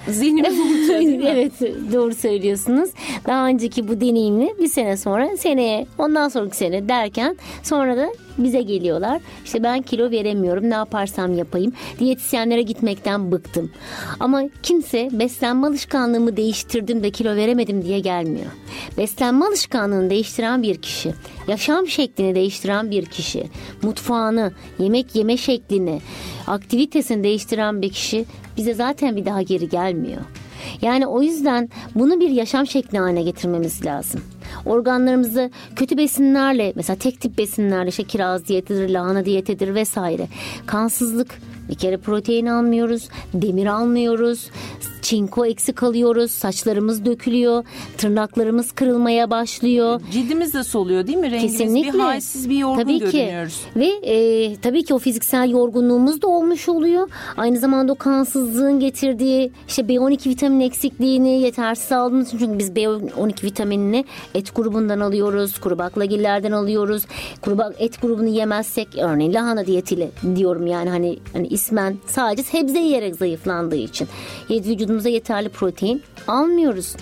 Zihnimiz unutuyor değil mi?
Evet, doğru söylüyorsunuz. Daha önceki bu deneyimli bir sene sonra, seneye, ondan sonraki sene derken sonra da bize geliyorlar. İşte ben kilo veremiyorum, ne yaparsam yapayım. Diyetisyenlere gitmekten bıktım. Ama kimse beslenme alışkanlığımı değiştirdim de kilo veremedim diye gelmiyor. Beslenme alışkanlığını değiştiren bir kişi, yaşam şeklini değiştiren bir kişi, mutfağını, yemek yeme şeklini, aktivitesini değiştiren bir kişi bize zaten bir daha geri gelmiyor. Yani o yüzden bunu bir yaşam şekli haline getirmemiz lazım. Organlarımızı kötü besinlerle, mesela tek tip besinlerle, işte kiraz diyetidir, lahana diyetidir vesaire. Kansızlık, bir kere protein almıyoruz, demir almıyoruz, çinko eksik alıyoruz, saçlarımız dökülüyor, tırnaklarımız kırılmaya başlıyor.
Cildimiz de soluyor değil mi? Rengimiz
Kesinlikle.
bir halsiz, bir yorgun
tabii
görünüyoruz.
Ve tabii ki o fiziksel yorgunluğumuz da olmuş oluyor. Aynı zamanda o kansızlığın getirdiği işte B12 vitamin eksikliğini yetersiz aldığımız için, çünkü biz B12 vitaminini et grubundan alıyoruz, kuru baklagillerden alıyoruz. Et grubunu yemezsek, örneğin lahana diyetiyle diyorum yani hani ismen sadece sebze yiyerek zayıflandığı için vücudumuza yeterli protein almıyoruz.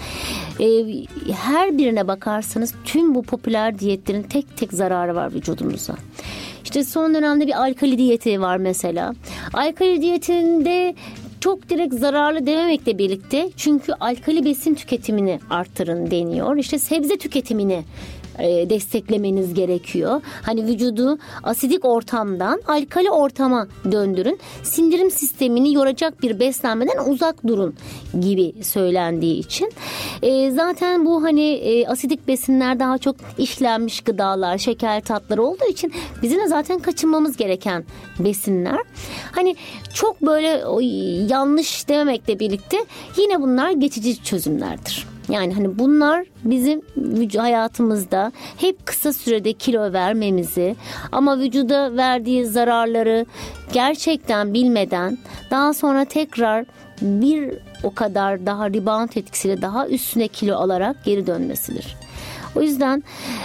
Her birine bakarsanız tüm bu popüler diyetlerin tek tek zararı var vücudumuza. İşte son dönemde bir alkali diyeti var mesela. Alkali diyetinde çok direkt zararlı dememekle birlikte, çünkü alkali besin tüketimini arttırın deniyor. İşte sebze tüketimini desteklemeniz gerekiyor. Hani vücudu asidik ortamdan alkali ortama döndürün. Sindirim sistemini yoracak bir beslenmeden uzak durun gibi söylendiği için. Zaten bu hani asidik besinler daha çok işlenmiş gıdalar, şeker tatları olduğu için bizim de zaten kaçınmamız gereken besinler. Hani çok böyle yanlış dememekle birlikte yine bunlar geçici çözümlerdir. Yani hani bunlar bizim hayatımızda hep kısa sürede kilo vermemizi, ama vücuda verdiği zararları gerçekten bilmeden daha sonra tekrar bir o kadar daha rebound etkisiyle daha üstüne kilo alarak geri dönmesidir. O yüzden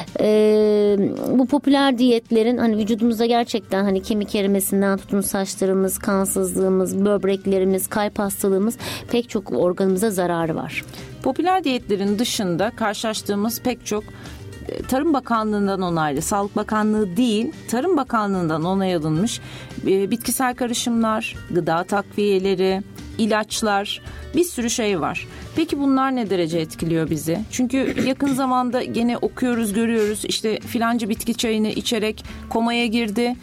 bu popüler diyetlerin hani vücudumuza gerçekten hani kemik erimesinden tutun saçlarımız, kansızlığımız, böbreklerimiz, kalp hastalığımız, pek çok organımıza zararı var.
Popüler diyetlerin dışında karşılaştığımız pek çok Tarım Bakanlığı'ndan onaylı, Sağlık Bakanlığı değil, Tarım Bakanlığı'ndan onay alınmış bitkisel karışımlar, gıda takviyeleri, ilaçlar, bir sürü şey var. Peki bunlar ne derece etkiliyor bizi? Çünkü yakın zamanda gene okuyoruz, görüyoruz, işte filanca bitki çayını içerek komaya girdi,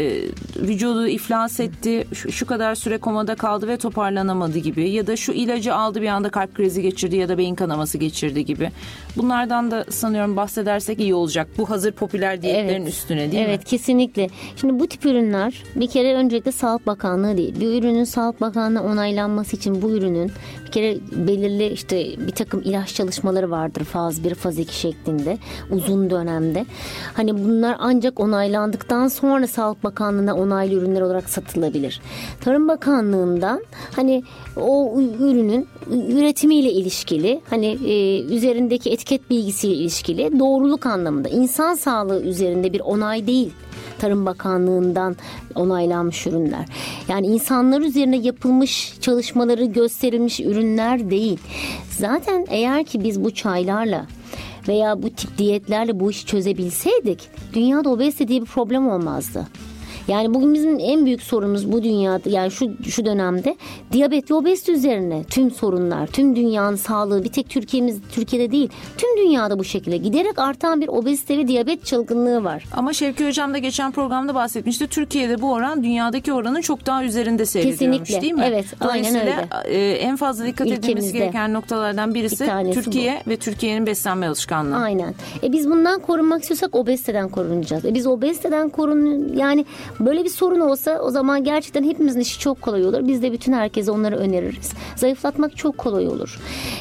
vücudu iflas etti, şu kadar süre komada kaldı ve toparlanamadı gibi, ya da şu ilacı aldı bir anda kalp krizi geçirdi ya da beyin kanaması geçirdi gibi. Bunlardan da sanıyorum bahsedersek iyi olacak. Bu hazır popüler diyetlerin üstüne değil mi?
Evet, kesinlikle. Şimdi bu tip ürünler bir kere öncelikle Sağlık Bakanlığı değil. Bir ürünün Sağlık Bakanlığı onaylanması için bu ürünün bir kere belirli işte bir takım ilaç çalışmaları vardır. Faz 1, faz 2 şeklinde uzun dönemde. Hani bunlar ancak onaylandıktan sonra Sağlık Bakanlığı'na onaylı ürünler olarak satılabilir. Tarım Bakanlığı'ndan hani o ürünün üretimiyle ilişkili, hani üzerindeki etiket bilgisiyle ilişkili doğruluk anlamında, insan sağlığı üzerinde bir onay değil. Tarım Bakanlığı'ndan onaylanmış ürünler. Yani insanlar üzerine yapılmış çalışmaları gösterilmiş ürünler değil. Zaten eğer ki biz bu çaylarla veya bu tip diyetlerle bu işi çözebilseydik, dünyada obezite diye bir problem olmazdı. Yani bugün bizim en büyük sorunumuz bu dünyada, yani şu dönemde diyabet ve obezite üzerine tüm sorunlar, tüm dünyanın sağlığı, bir tek Türkiye'de değil, tüm dünyada bu şekilde giderek artan bir obezite ve diyabet çılgınlığı var.
Ama Şevki Hocam da geçen programda bahsetmişti. Türkiye'de bu oran dünyadaki oranın çok daha üzerinde seyrediyormuş.
Kesinlikle.
Değil mi?
Evet, aynen öyle.
En fazla dikkat edilmesi gereken noktalardan birisi Türkiye ve Türkiye'nin beslenme alışkanlığı.
Aynen. Biz bundan korunmak istiyorsak obeziteden korunacağız. Biz obeziteden yani böyle bir sorun olsa o zaman gerçekten hepimizin işi çok kolay olur. Biz de bütün herkese onları öneririz. Zayıflatmak çok kolay olur.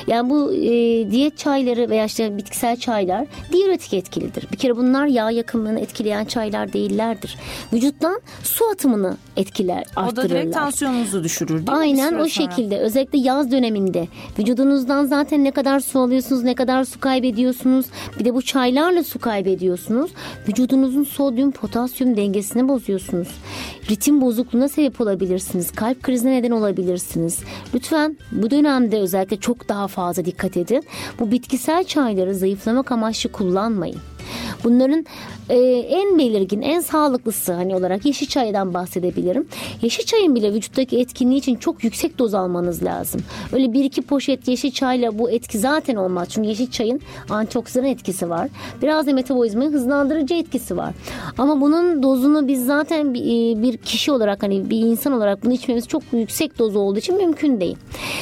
Yani bu diyet çayları veya işte bitkisel çaylar diüretik etkilidir. Bir kere bunlar yağ yakımını etkileyen çaylar değillerdir. Vücuttan su atımını arttırırlar.
O da direkt tansiyonunuzu düşürür değil mi?
Aynen o şekilde. Özellikle yaz döneminde vücudunuzdan zaten ne kadar su alıyorsunuz, ne kadar su kaybediyorsunuz. Bir de bu çaylarla su kaybediyorsunuz. Vücudunuzun sodyum, potasyum dengesini bozuyorsunuz. Ritim bozukluğuna sebep olabilirsiniz. Kalp krizine neden olabilirsiniz. Lütfen bu dönemde özellikle çok daha fazla dikkat edin. Bu bitkisel çayları zayıflamak amaçlı kullanmayın. Bunların en belirgin, en sağlıklısı hani olarak yeşil çaydan bahsedebilirim. Yeşil çayın bile vücuttaki etkinliği için çok yüksek doz almanız lazım. Öyle 1-2 poşet yeşil çayla bu etki zaten olmaz. Çünkü yeşil çayın antioksidan etkisi var. Biraz da metabolizmayı hızlandırıcı etkisi var. Ama bunun dozunu biz zaten bir kişi olarak hani bir insan olarak bunu içmemiz çok yüksek doz olduğu için mümkün değil.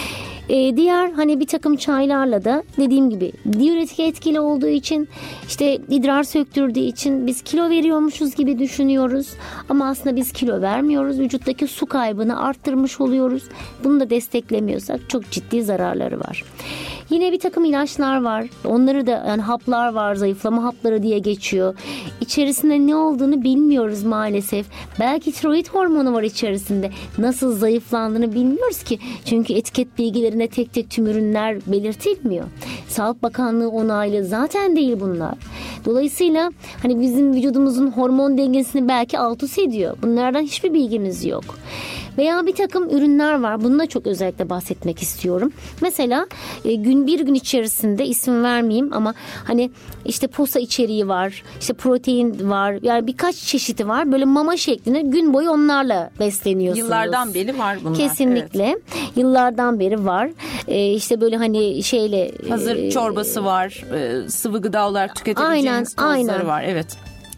Diğer hani bir takım çaylarla da dediğim gibi diüretik etkili olduğu için işte idrar söktürdüğü için biz kilo veriyormuşuz gibi düşünüyoruz. Ama aslında biz kilo vermiyoruz. Vücuttaki su kaybını arttırmış oluyoruz. Bunu da desteklemiyorsak çok ciddi zararları var. Yine bir takım ilaçlar var. Onları da yani haplar var. Zayıflama hapları diye geçiyor. İçerisinde ne olduğunu bilmiyoruz maalesef. Belki tiroid hormonu var içerisinde. Nasıl zayıflandığını bilmiyoruz ki. Çünkü etiket bilgilerinde tek tek tüm ürünler belirtilmiyor. Sağlık Bakanlığı onaylı zaten değil bunlar. Dolayısıyla hani bizim vücudumuzun hormon dengesini belki alt üst ediyor. Bunlardan hiçbir bilgimiz yok. Veya bir takım ürünler var. Bununla çok özellikle bahsetmek istiyorum. Mesela bir gün içerisinde isim vermeyeyim ama hani işte posa içeriği var, işte protein var. Yani birkaç çeşidi var. Böyle mama şeklinde gün boyu onlarla besleniyorsunuz.
Yıllardan beri var bunlar.
Kesinlikle. Evet. Yıllardan beri var. İşte böyle hani şeyle
hazır çorbası var. Sıvı gıda olarak tüketebileceğiniz tozları var. Evet.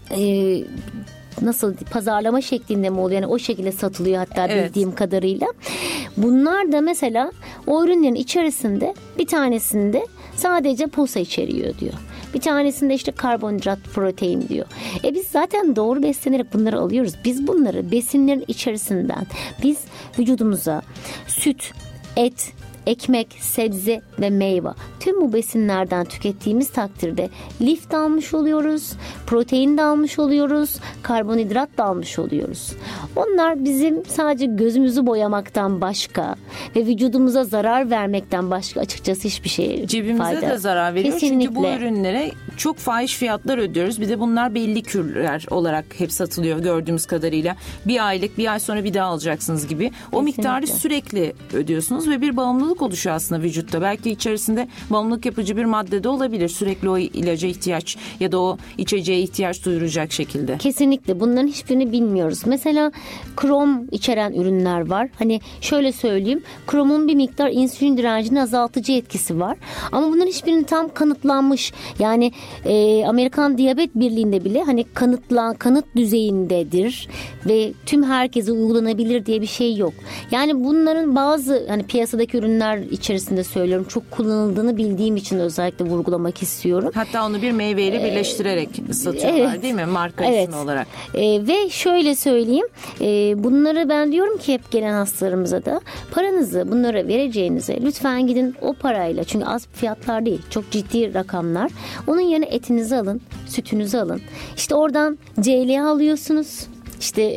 Nasıl pazarlama şeklinde mi oluyor? Yani o şekilde satılıyor hatta bildiğim kadarıyla. Bunlar da mesela o ürünlerin içerisinde bir tanesinde sadece posa içeriyor diyor. Bir tanesinde işte karbonhidrat, protein diyor. Biz zaten doğru beslenerek bunları alıyoruz. Biz bunları besinlerin içerisinden biz vücudumuza süt, et, ekmek, sebze ve meyve. Tüm bu besinlerden tükettiğimiz takdirde lif de almış oluyoruz, protein de almış oluyoruz, karbonhidrat da almış oluyoruz. Onlar bizim sadece gözümüzü boyamaktan başka ve vücudumuza zarar vermekten başka açıkçası hiçbir şey
cebimize de zarar veriyor. Kesinlikle. Çünkü bu ürünlere çok fahiş fiyatlar ödüyoruz. Bir de bunlar belli kürler olarak hep satılıyor gördüğümüz kadarıyla. Bir aylık, bir ay sonra bir daha alacaksınız gibi. O miktarı sürekli ödüyorsunuz ve bir bağımlılık oluşuyor aslında vücutta. Belki içerisinde bağımlılık yapıcı bir madde de olabilir. Sürekli o ilaca ihtiyaç ya da o içeceğe ihtiyaç duyuracak şekilde.
Kesinlikle. Bunların hiçbirini bilmiyoruz. Mesela krom içeren ürünler var. Hani şöyle söyleyeyim. Kromun bir miktar insülin direncini azaltıcı etkisi var. Ama bunların hiçbirinin tam kanıtlanmış. Yani Amerikan Diyabet Birliği'nde bile hani kanıt düzeyindedir ve tüm herkese uygulanabilir diye bir şey yok. Yani bunların bazı hani piyasadaki ürünler içerisinde söylüyorum. Çok kullanıldığını bildiğim için özellikle vurgulamak istiyorum.
Hatta onu bir meyveyle birleştirerek satıyorlar değil mi? Marka ismi olarak.
Ve şöyle söyleyeyim. Bunları ben diyorum ki hep gelen hastalarımıza da paranızı bunlara vereceğinize lütfen gidin o parayla. Çünkü az fiyatlar değil. Çok ciddi rakamlar. Onun yerine etinizi alın. Sütünüzü alın. İşte oradan CLA alıyorsunuz. İşte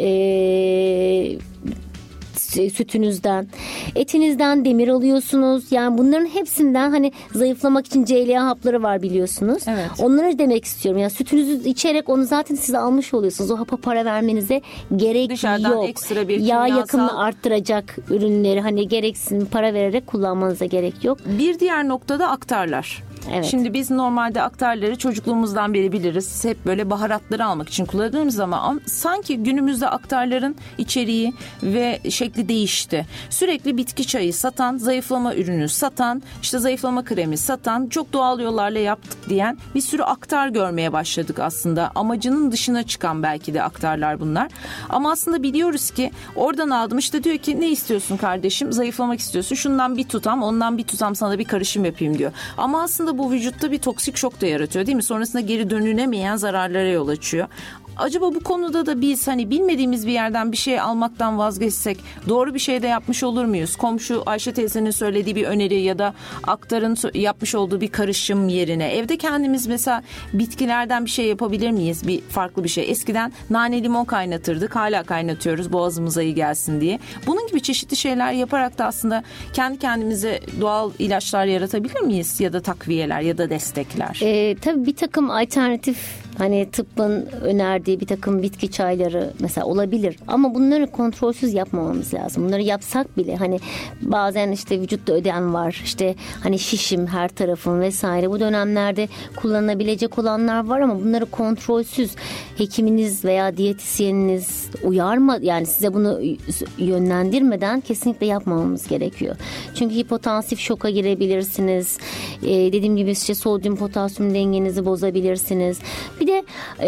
sütünüzden, etinizden demir alıyorsunuz. Yani bunların hepsinden hani zayıflamak için CLA hapları var biliyorsunuz.
Evet.
Onları demek istiyorum. Yani sütünüzü içerek onu zaten siz almış oluyorsunuz. O hapa para vermenize gerek
dışarıdan
yok.
Ekstra bir
yağ yakımını arttıracak ürünleri hani gereksin para vererek kullanmanıza gerek yok.
Bir diğer noktada aktarlar. Evet. Şimdi biz normalde aktarları çocukluğumuzdan beri biliriz. Hep böyle baharatları almak için kullandığımız ama sanki günümüzde aktarların içeriği ve şekli değişti. Sürekli bitki çayı satan, zayıflama ürünü satan, işte zayıflama kremi satan, çok doğal yollarla yaptık diyen bir sürü aktar görmeye başladık aslında. Amacının dışına çıkan belki de aktarlar bunlar. Ama aslında biliyoruz ki oradan aldım işte diyor ki ne istiyorsun kardeşim? Zayıflamak istiyorsun. Şundan bir tutam, ondan bir tutam sana bir karışım yapayım diyor. Ama aslında bu vücutta bir toksik şok da yaratıyor değil mi? Sonrasında geri dönülemeyen zararlara yol açıyor. acaba bu konuda da biz hani bilmediğimiz bir yerden bir şey almaktan vazgeçsek doğru bir şey de yapmış olur muyuz? Komşu Ayşe teyzenin söylediği bir öneri ya da aktarın yapmış olduğu bir karışım yerine evde kendimiz mesela bitkilerden bir şey yapabilir miyiz? Bir farklı bir şey. Eskiden nane limon kaynatırdık. Hala kaynatıyoruz boğazımıza iyi gelsin diye. Bunun gibi çeşitli şeyler yaparak da aslında kendi kendimize doğal ilaçlar yaratabilir miyiz? Ya da takviyeler ya da destekler.
Tabii bir takım alternatif hani tıbbın önerdiği bir takım bitki çayları mesela olabilir. Ama bunları kontrolsüz yapmamamız lazım. Bunları yapsak bile hani bazen işte vücutta ödem var. İşte hani şişim her tarafım vesaire. Bu dönemlerde kullanılabilecek olanlar var ama bunları kontrolsüz hekiminiz veya diyetisyeniniz yani size bunu yönlendirmeden kesinlikle yapmamamız gerekiyor. Çünkü hipotansif şoka girebilirsiniz. Dediğim gibi işte sodyum potasyum dengenizi bozabilirsiniz. Bir de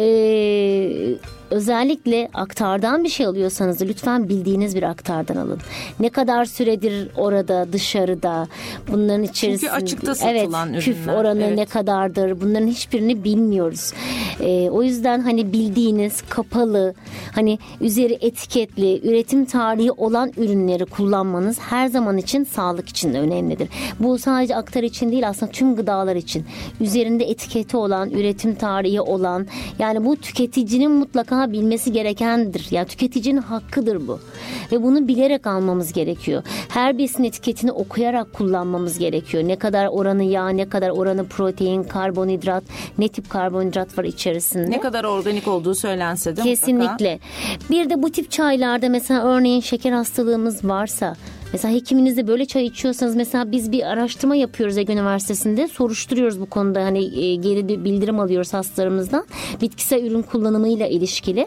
özellikle aktardan bir şey alıyorsanız da lütfen bildiğiniz bir aktardan alın. Ne kadar süredir orada, dışarıda, bunların içerisinde.
Çünkü açıkta satılan ürünler.
Küf oranı ne kadardır, bunların hiçbirini bilmiyoruz. O yüzden hani bildiğiniz kapalı, hani üzeri etiketli, üretim tarihi olan ürünleri kullanmanız her zaman için sağlık için de önemlidir. Bu sadece aktar için değil, aslında tüm gıdalar için. Üzerinde etiketi olan, üretim tarihi olan, yani bu tüketicinin mutlaka bilmesi gerekendir. Yani tüketicinin hakkıdır bu. Ve bunu bilerek almamız gerekiyor. Her besin etiketini okuyarak kullanmamız gerekiyor. Ne kadar oranı yağ, ne kadar oranı protein, karbonhidrat, ne tip karbonhidrat var içerisinde.
Ne kadar organik olduğu söylense de
kesinlikle. Mutlaka. Bir de bu tip çaylarda mesela örneğin şeker hastalığımız varsa, mesela hekiminizle böyle çay içiyorsanız, mesela biz bir araştırma yapıyoruz Ege Üniversitesi'nde, soruşturuyoruz bu konuda, hani geri bildirim alıyoruz hastalarımızdan bitkisel ürün kullanımıyla ilişkili.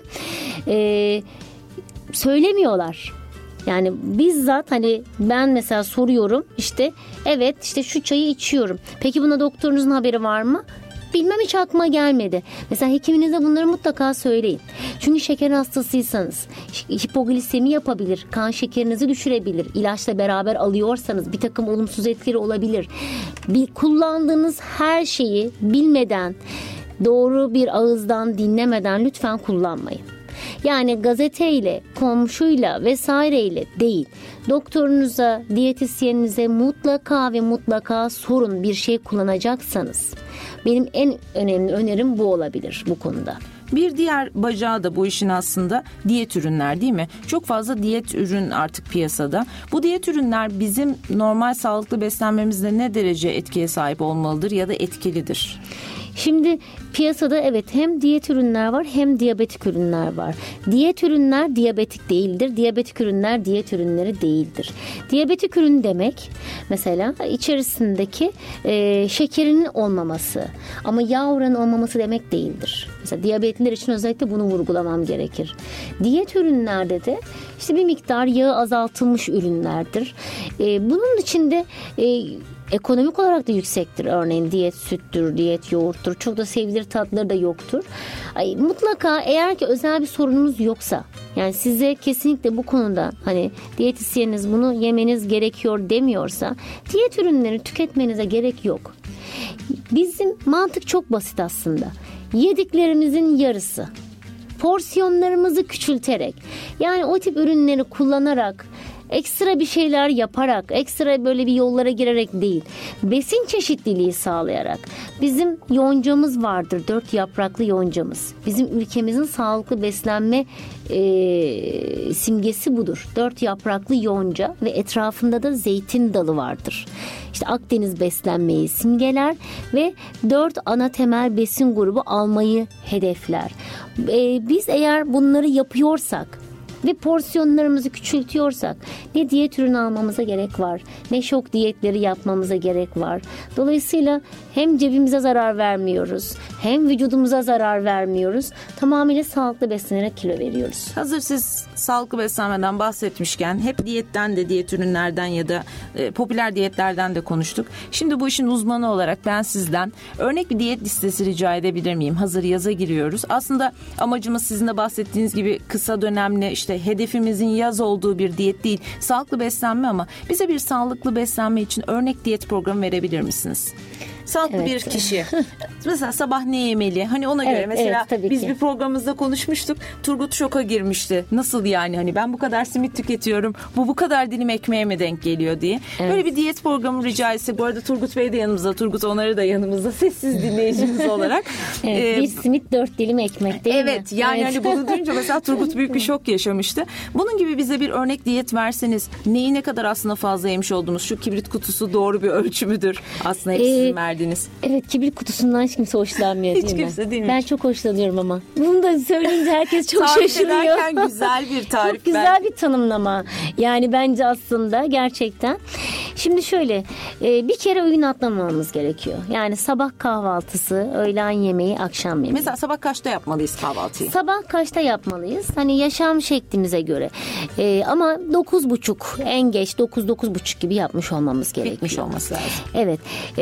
Söylemiyorlar. Yani bizzat hani ben mesela soruyorum, işte evet işte şu çayı içiyorum. Peki buna doktorunuzun haberi var mı? Bilmem, hiç aklıma gelmedi. Mesela hekiminize bunları mutlaka söyleyin. Çünkü şeker hastasıysanız hipoglisemi yapabilir, kan şekerinizi düşürebilir. İlaçla beraber alıyorsanız bir takım olumsuz etkileri olabilir. Kullandığınız her şeyi bilmeden, doğru bir ağızdan dinlemeden lütfen kullanmayın. Yani gazeteyle, komşuyla vesaireyle değil. Doktorunuza, diyetisyeninize mutlaka ve mutlaka sorun bir şey kullanacaksanız. Benim en önemli önerim bu olabilir bu konuda.
Bir diğer bacağı da bu işin aslında diyet ürünler, değil mi? Çok fazla diyet ürün artık piyasada. Bu diyet ürünler bizim normal sağlıklı beslenmemizde ne derece etkiye sahip olmalıdır ya da etkilidir?
Şimdi piyasada evet hem diyet ürünler var hem diyabetik ürünler var. Diyet ürünler diyabetik değildir. Diyabetik ürünler diyet ürünleri değildir. Diyabetik ürün demek mesela içerisindeki şekerinin olmaması ama yağ oranı olmaması demek değildir. Mesela diyabetliler için özellikle bunu vurgulamam gerekir. Diyet ürünlerde de işte bir miktar yağı azaltılmış ürünlerdir. Bunun içinde ekonomik olarak da yüksektir. Örneğin diyet süttür, diyet yoğurttur. Çok da sevilir tatları da yoktur. Mutlaka eğer ki özel bir sorununuz yoksa, yani size kesinlikle bu konuda hani diyetisyeniniz bunu yemeniz gerekiyor demiyorsa, diyet ürünleri tüketmenize gerek yok. Bizim mantık çok basit aslında. Yediklerimizin yarısı. Porsiyonlarımızı küçülterek, yani o tip ürünleri kullanarak, ekstra bir şeyler yaparak, ekstra böyle bir yollara girerek değil, besin çeşitliliği sağlayarak. Bizim yoncamız vardır, 4 yapraklı yoncamız. Bizim ülkemizin sağlıklı beslenme simgesi budur. 4 yapraklı yonca ve etrafında da zeytin dalı vardır. İşte Akdeniz beslenmeyi simgeler ve 4 ana temel besin grubu almayı hedefler. Biz eğer bunları yapıyorsak ve porsiyonlarımızı küçültüyorsak ne diyet ürünü almamıza gerek var, ne şok diyetleri yapmamıza gerek var. Dolayısıyla hem cebimize zarar vermiyoruz, hem vücudumuza zarar vermiyoruz. Tamamıyla sağlıklı beslenerek kilo veriyoruz.
Hazır siz sağlıklı beslenmeden bahsetmişken hep diyetten de, diyet ürünlerden ya da popüler diyetlerden de konuştuk. Şimdi bu işin uzmanı olarak ben sizden örnek bir diyet listesi rica edebilir miyim? Hazır yaza giriyoruz. Aslında amacımız sizin de bahsettiğiniz gibi kısa dönemli, işte hedefimizin yaz olduğu bir diyet değil, sağlıklı beslenme, ama bize bir sağlıklı beslenme için örnek diyet programı verebilir misiniz? sağlıklı bir kişi mesela sabah ne yemeli? Hani ona göre mesela biz bir programımızda konuşmuştuk. Turgut şoka girmişti. Nasıl yani, hani ben bu kadar simit tüketiyorum. Bu kadar dilim ekmeğe mi denk geliyor diye. Böyle bir diyet programı rica etse. Bu arada Turgut Bey de yanımızda. Turgut Onar'ı da yanımızda. Sessiz dinleyicimiz olarak.
Bir simit 4 dilim ekmek değil mi?
Evet yani hani bunu duyunca mesela Turgut büyük bir şok yaşamıştı. Bunun gibi bize bir örnek diyet verseniz, neyi ne kadar aslında fazla yemiş oldunuz? Şu kibrit kutusu doğru bir ölçü müdür? Aslında hep sizin verdiğiniz.
Evet, kibrit kutusundan hiç kimse hoşlanmıyor değil mi?
Hiç kimse değil mi?
Ben çok hoşlanıyorum ama. Bunu da söyleyince herkes çok şaşırıyor.
Tarif güzel bir tarif.
Çok güzel bir tanımlama. Yani bence aslında gerçekten. Şimdi şöyle, bir kere öğün atlamamamız gerekiyor. Yani sabah kahvaltısı, öğlen yemeği, akşam yemeği.
Mesela sabah kaçta yapmalıyız kahvaltıyı?
Sabah kaçta yapmalıyız? Hani yaşam şeklimize göre. Ama 9.30, en geç 9-9.30 gibi yapmış olmamız gerekiyor.
Bitmiş olması lazım.
Evet.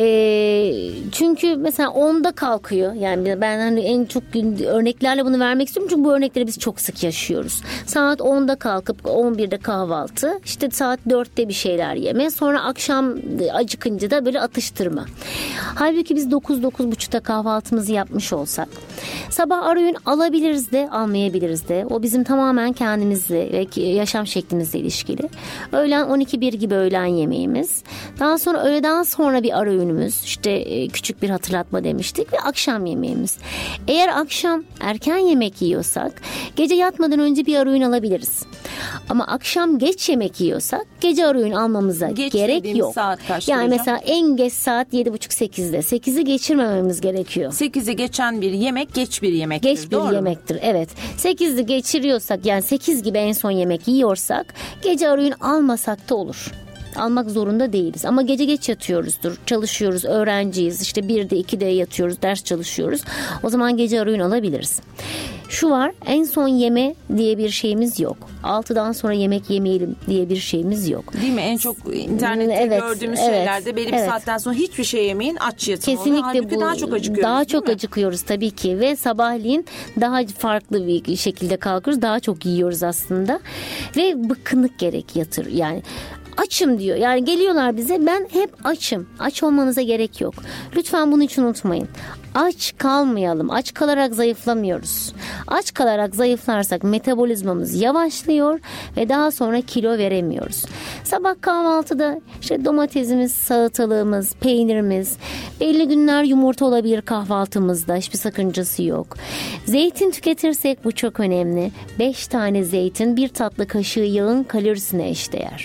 Çünkü mesela 10'da kalkıyor. Yani ben hani en çok örneklerle bunu vermek istiyorum. Çünkü bu örnekleri biz çok sık yaşıyoruz. Saat 10'da kalkıp 11'de kahvaltı. İşte saat 4'te bir şeyler yeme. Sonra akşam acıkınca da böyle atıştırma. Halbuki biz 9-9.30'da kahvaltımızı yapmış olsak, sabah ara öğün alabiliriz de almayabiliriz de. O bizim tamamen kendimizle ve yaşam şeklimizle ilişkili. Öğlen 12-1 gibi öğlen yemeğimiz. Daha sonra öğleden sonra bir ara öğünümüz. İşte küçük bir hatırlatma demiştik ve akşam yemeğimiz. Eğer akşam erken yemek yiyorsak gece yatmadan önce bir ara öğün alabiliriz. Ama akşam geç yemek yiyorsak gece ara öğün almamıza gerek yok.
Saat kaç
yani
hocam?
mesela en geç saat 7.30-8'de. 8'i geçirmememiz gerekiyor.
8'i geçen bir yemek geç bir yemektir.
Geç bir yemektir. Evet. 8'i geçiriyorsak, yani 8 gibi en son yemek yiyorsak gece ara öğün almasak da olur. Almak zorunda değiliz. Ama gece geç yatıyoruzdur. Çalışıyoruz, öğrenciyiz. İşte 1'de 2'de yatıyoruz, ders çalışıyoruz. O zaman gece ara öğün alabiliriz. Şu var, en son yeme diye bir şeyimiz yok. 6'dan sonra yemek yemeyelim diye bir şeyimiz yok.
Değil mi? En çok internette gördüğümüz şeylerde belli bir saatten sonra hiçbir şey yemeyin, aç yatın.
Kesinlikle
halbuki
bu.
Daha çok acıkıyoruz.
Daha çok acıkıyoruz tabii ki ve sabahleyin daha farklı bir şekilde kalkıyoruz. Daha çok yiyoruz aslında ve bıkkınlık yatır yani. Açım diyor. Yani geliyorlar bize, ben hep açım. Aç olmanıza gerek yok. Lütfen bunu hiç unutmayın. Aç kalmayalım. Aç kalarak zayıflamıyoruz. Aç kalarak zayıflarsak metabolizmamız yavaşlıyor ve daha sonra kilo veremiyoruz. Sabah kahvaltıda işte domatesimiz, salatalığımız, peynirimiz, belli günler yumurta olabilir kahvaltımızda. Hiçbir sakıncası yok. Zeytin tüketirsek bu çok önemli. 5 tane zeytin 1 tatlı kaşığı yağın kalorisine eşdeğer.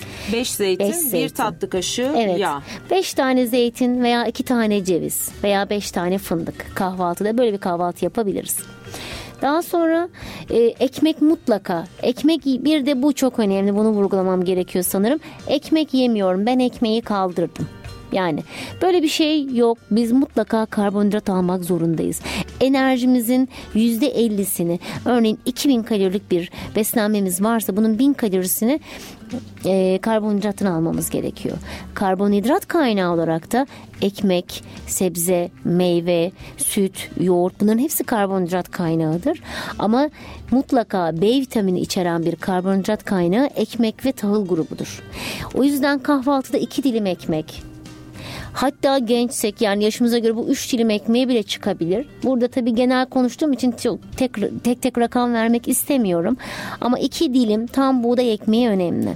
5 zeytin, 1 tatlı kaşığı yağ. 5
tane zeytin veya 2 tane ceviz veya 5 tane fındık kahvaltıda, böyle bir kahvaltı yapabiliriz. Daha sonra ekmek mutlaka. Ekmek, bir de bu çok önemli. Bunu vurgulamam gerekiyor sanırım. Ekmek yemiyorum. Ben ekmeği kaldırdım. Yani böyle bir şey yok. Biz mutlaka karbonhidrat almak zorundayız. Enerjimizin %50'sini, örneğin 2000 kalorilik bir beslenmemiz varsa bunun 1000 kalorisini karbonhidratını almamız gerekiyor. Karbonhidrat kaynağı olarak da ekmek, sebze, meyve, süt, yoğurt, bunların hepsi karbonhidrat kaynağıdır. Ama mutlaka B vitamini içeren bir karbonhidrat kaynağı ekmek ve tahıl grubudur. O yüzden kahvaltıda 2 dilim ekmek, hatta gençsek yani yaşımıza göre bu 3 dilim ekmeğe bile çıkabilir. Burada tabii genel konuştuğum için çok tek rakam vermek istemiyorum. Ama 2 dilim tam buğday ekmeği önemli.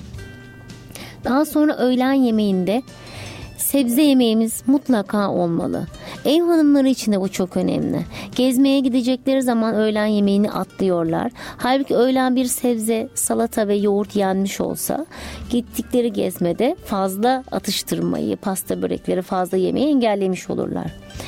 Daha sonra öğlen yemeğinde sebze yemeğimiz mutlaka olmalı. Ev hanımları için de bu çok önemli. Gezmeye gidecekleri zaman öğlen yemeğini atlıyorlar. Halbuki öğlen bir sebze, salata ve yoğurt yenmiş olsa gittikleri gezmede fazla atıştırmayı, pasta börekleri fazla yemeyi engellemiş olurlar.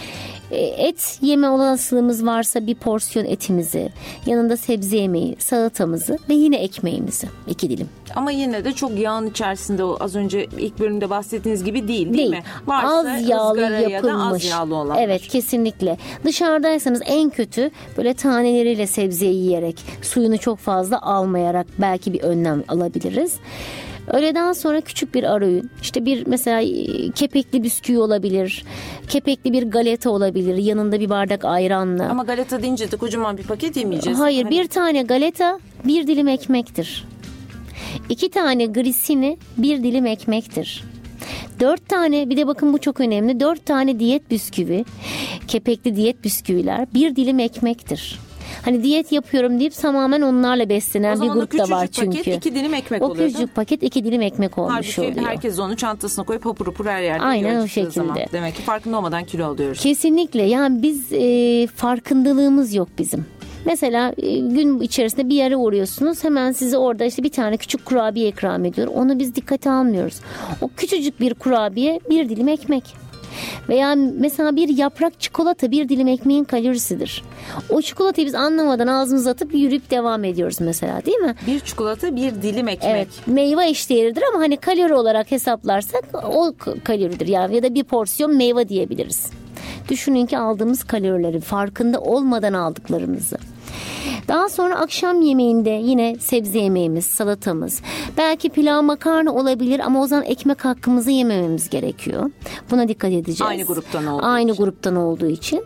Et yeme olasılığımız varsa bir porsiyon etimizi, yanında sebze yemeği, salatamızı ve yine ekmeğimizi 2 dilim.
Ama yine de çok yağın içerisinde, o az önce ilk bölümde bahsettiğiniz gibi değil mi? Varsa
az yağlı yapılmış.
Ya da az yağlı olanlar.
Evet, kesinlikle. Dışarıdaysanız en kötü böyle taneleriyle sebze yiyerek, suyunu çok fazla almayarak belki bir önlem alabiliriz. Öğleden sonra küçük bir ara öğün. İşte bir mesela kepekli bisküvi olabilir. Kepekli bir galeta olabilir. Yanında bir bardak ayranla.
Ama galeta deyince de kocaman bir paket yemeyeceğiz.
Hayır, bir tane galeta 1 dilim ekmektir. 2 tane grissini 1 dilim ekmektir. 4 tane, bir de bakın bu çok önemli, 4 tane diyet bisküvi, kepekli diyet bisküviler, bir dilim ekmektir. Hani diyet yapıyorum deyip tamamen onlarla beslenen bir grup da var çünkü. O
paket 2 dilim ekmek
o
oluyor. O
küçücük paket 2 dilim ekmek olmuş oluyor.
Herkes onu çantasına koyup hapur hapur her yerde
aynen o şekilde. Zaman.
Demek ki farkında olmadan kilo alıyoruz.
Kesinlikle, yani biz farkındalığımız yok bizim. Mesela gün içerisinde bir yere uğruyorsunuz, hemen size orada işte bir tane küçük kurabiye ikram ediyor. Onu biz dikkate almıyoruz. O küçücük bir kurabiye bir dilim ekmek. Veya mesela bir yaprak çikolata bir dilim ekmeğin kalorisidir. O çikolatayı biz anlamadan ağzımıza atıp yürüyüp devam ediyoruz mesela, değil mi?
Bir çikolata bir dilim ekmek.
Evet, meyve eşdeğeridir ama hani kalori olarak hesaplarsak o kaloridir yani, ya da bir porsiyon meyve diyebiliriz. Düşünün ki aldığımız kalorileri farkında olmadan aldıklarımızı. Daha sonra akşam yemeğinde yine sebze yemeğimiz, salatamız, belki pilav makarna olabilir ama o zaman ekmek hakkımızı yemememiz gerekiyor. Buna dikkat edeceğiz. Aynı gruptan olduğu için.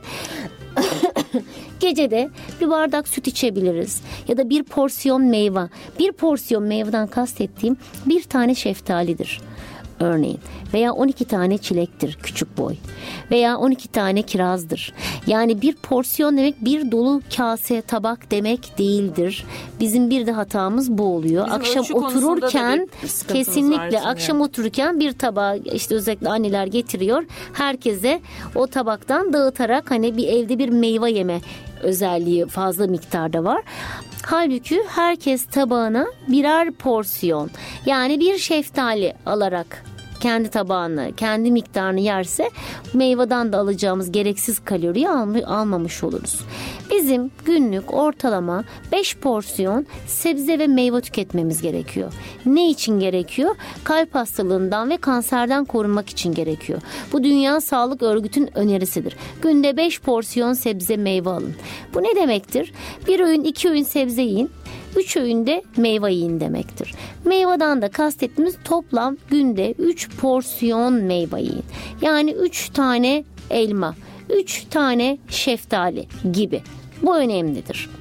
Gecede bir bardak süt içebiliriz ya da bir porsiyon meyve. Bir porsiyon meyveden kastettiğim bir tane şeftalidir örneğin, veya 12 tane çilektir küçük boy, veya 12 tane kirazdır. Yani bir porsiyon demek bir dolu kase tabak demek değildir. Bizim bir de hatamız bu oluyor.
Bizim
akşam otururken kesinlikle akşam otururken bir tabağı işte özellikle anneler getiriyor. Herkese o tabaktan dağıtarak hani bir evde bir meyve yeme özelliği fazla miktarda var. Halbuki herkes tabağına birer porsiyon, yani bir şeftali alarak kendi tabağını, kendi miktarını yerse meyveden de alacağımız gereksiz kaloriyi almamış oluruz. Bizim günlük ortalama 5 porsiyon sebze ve meyve tüketmemiz gerekiyor. Ne için gerekiyor? Kalp hastalığından ve kanserden korunmak için gerekiyor. Bu Dünya Sağlık Örgütü'nün önerisidir. Günde 5 porsiyon sebze meyve alın. Bu ne demektir? Bir öğün 2 öğün sebze yiyin. 3 öğünde meyve yiyin demektir. Meyveden de kastettiğimiz toplam günde 3 porsiyon meyve yiyin. Yani 3 tane elma, 3 tane şeftali gibi. Bu önemlidir.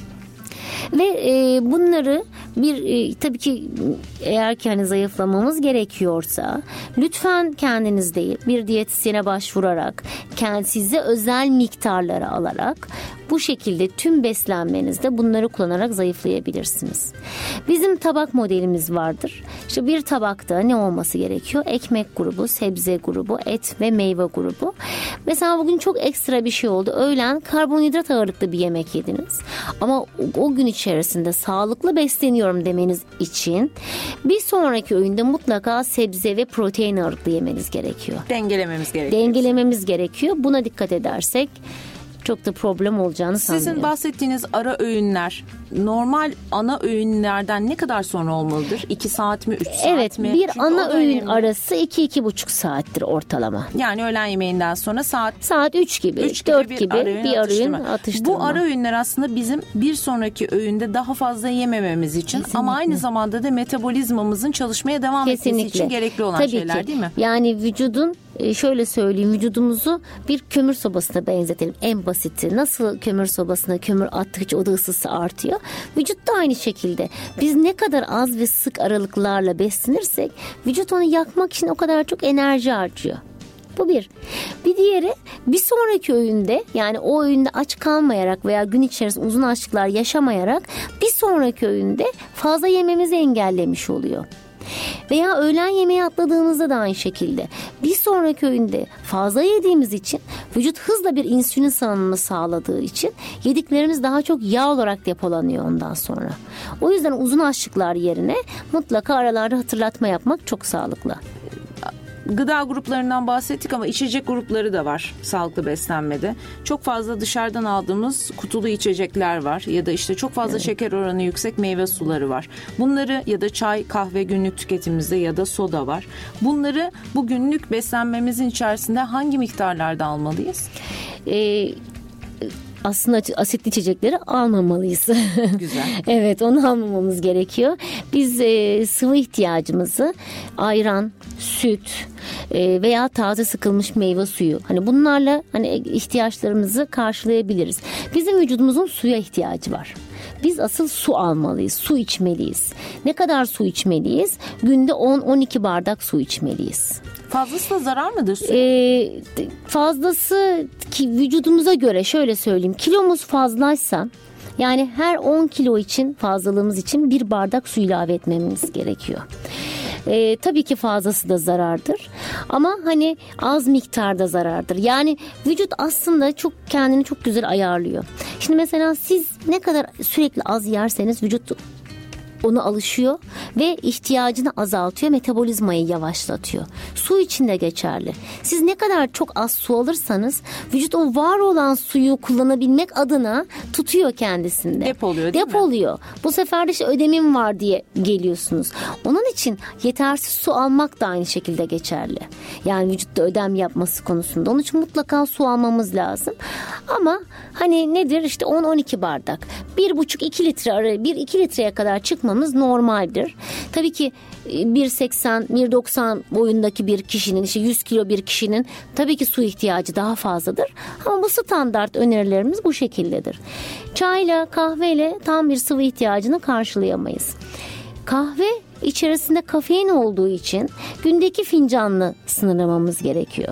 Ve bunları tabii ki eğer ki hani zayıflamamız gerekiyorsa lütfen kendiniz değil bir diyetisyene başvurarak size özel miktarları alarak bu şekilde tüm beslenmenizde bunları kullanarak zayıflayabilirsiniz. Bizim tabak modelimiz vardır. İşte bir tabakta ne olması gerekiyor? Ekmek grubu, sebze grubu, et ve meyve grubu. Mesela bugün çok ekstra bir şey oldu. Öğlen karbonhidrat ağırlıklı bir yemek yediniz. Ama o gün içerisinde sağlıklı besleniyorum demeniz için bir sonraki öğünde mutlaka sebze ve protein ağırlıklı yemeniz gerekiyor. Dengelememiz gerekiyor. Buna dikkat edersek çok da problem olacağını sanmıyorum.
Sizin bahsettiğiniz ara öğünler normal ana öğünlerden ne kadar sonra olmalıdır? 2 saat mi, 3 saat
evet,
mi?
Evet, bir
çünkü
ana öğün arası 2-2,5 saattir ortalama.
Yani öğlen yemeğinden sonra saat
3 gibi, 4 gibi bir ara öğün atıştırma.
Bu ara öğünler aslında bizim bir sonraki öğünde daha fazla yemememiz için ama aynı zamanda da metabolizmamızın çalışmaya devam etmesi için gerekli olan şeyler değil mi?
Yani vücudun şöyle söyleyeyim, vücudumuzu bir kömür sobasına benzetelim. En basiti. Nasıl kömür sobasına kömür attıkça oda ısısı artıyor? Vücut da aynı şekilde. Biz ne kadar az ve sık aralıklarla beslenirsek vücut onu yakmak için o kadar çok enerji harcıyor. Bu bir. Bir diğeri bir sonraki öğünde, yani o öğünde aç kalmayarak veya gün içerisinde uzun açlıklar yaşamayarak bir sonraki öğünde fazla yememizi engellemiş oluyor. Veya öğlen yemeği atladığımızda da aynı şekilde bir sonraki öğünde fazla yediğimiz için vücut hızla bir insülin salınımı sağladığı için yediklerimiz daha çok yağ olarak depolanıyor ondan sonra. O yüzden uzun açlıklar yerine mutlaka aralarda hatırlatma yapmak çok sağlıklı.
Gıda gruplarından bahsettik ama içecek grupları da var sağlıklı beslenmede. Çok fazla dışarıdan aldığımız kutulu içecekler var ya da işte çok fazla şeker oranı yüksek meyve suları var. Bunları ya da çay, kahve günlük tüketimimizde ya da soda var. Bunları bu günlük beslenmemizin içerisinde hangi miktarlarda almalıyız?
Aslında asitli içecekleri almamalıyız.
Güzel.
Evet, onu almamamız gerekiyor. Biz sıvı ihtiyacımızı ayran, süt veya taze sıkılmış meyve suyu, hani bunlarla hani ihtiyaçlarımızı karşılayabiliriz. Bizim vücudumuzun suya ihtiyacı var. Biz asıl su almalıyız, su içmeliyiz. Ne kadar su içmeliyiz? Günde 10-12 bardak su içmeliyiz.
Fazlası da zarar mıdır?
Fazlası ki vücudumuza göre şöyle söyleyeyim. Kilomuz fazlaysa, yani her 10 kilo için, fazlalığımız için 1 bardak su ilave etmemiz gerekiyor. Tabii ki fazlası da zarardır ama hani az miktarda zarardır. Yani vücut aslında kendini çok güzel ayarlıyor. Şimdi mesela siz ne kadar sürekli az yerseniz vücut ona alışıyor ve ihtiyacını azaltıyor, metabolizmayı yavaşlatıyor. Su için de geçerli. Siz ne kadar çok az su alırsanız vücut o var olan suyu kullanabilmek adına tutuyor kendisinde.
Depoluyor, değil mi?
Depoluyor. Bu sefer de işte ödemim var diye geliyorsunuz. Onun için yetersiz su almak da aynı şekilde geçerli. Yani vücutta ödem yapması konusunda. Onun için mutlaka su almamız lazım. Ama hani nedir? İşte 10-12 bardak. 1,5-2 litre 1-2 litreye kadar çıkmamız normaldir. Tabii ki 1.80-1.90 boyundaki bir kişinin, işte 100 kilo bir kişinin tabii ki su ihtiyacı daha fazladır. Ama bu standart önerilerimiz bu şekildedir. Çayla, kahveyle tam bir sıvı ihtiyacını karşılayamayız. Kahve içerisinde kafein olduğu için gündeki fincanlı sınırlamamız gerekiyor.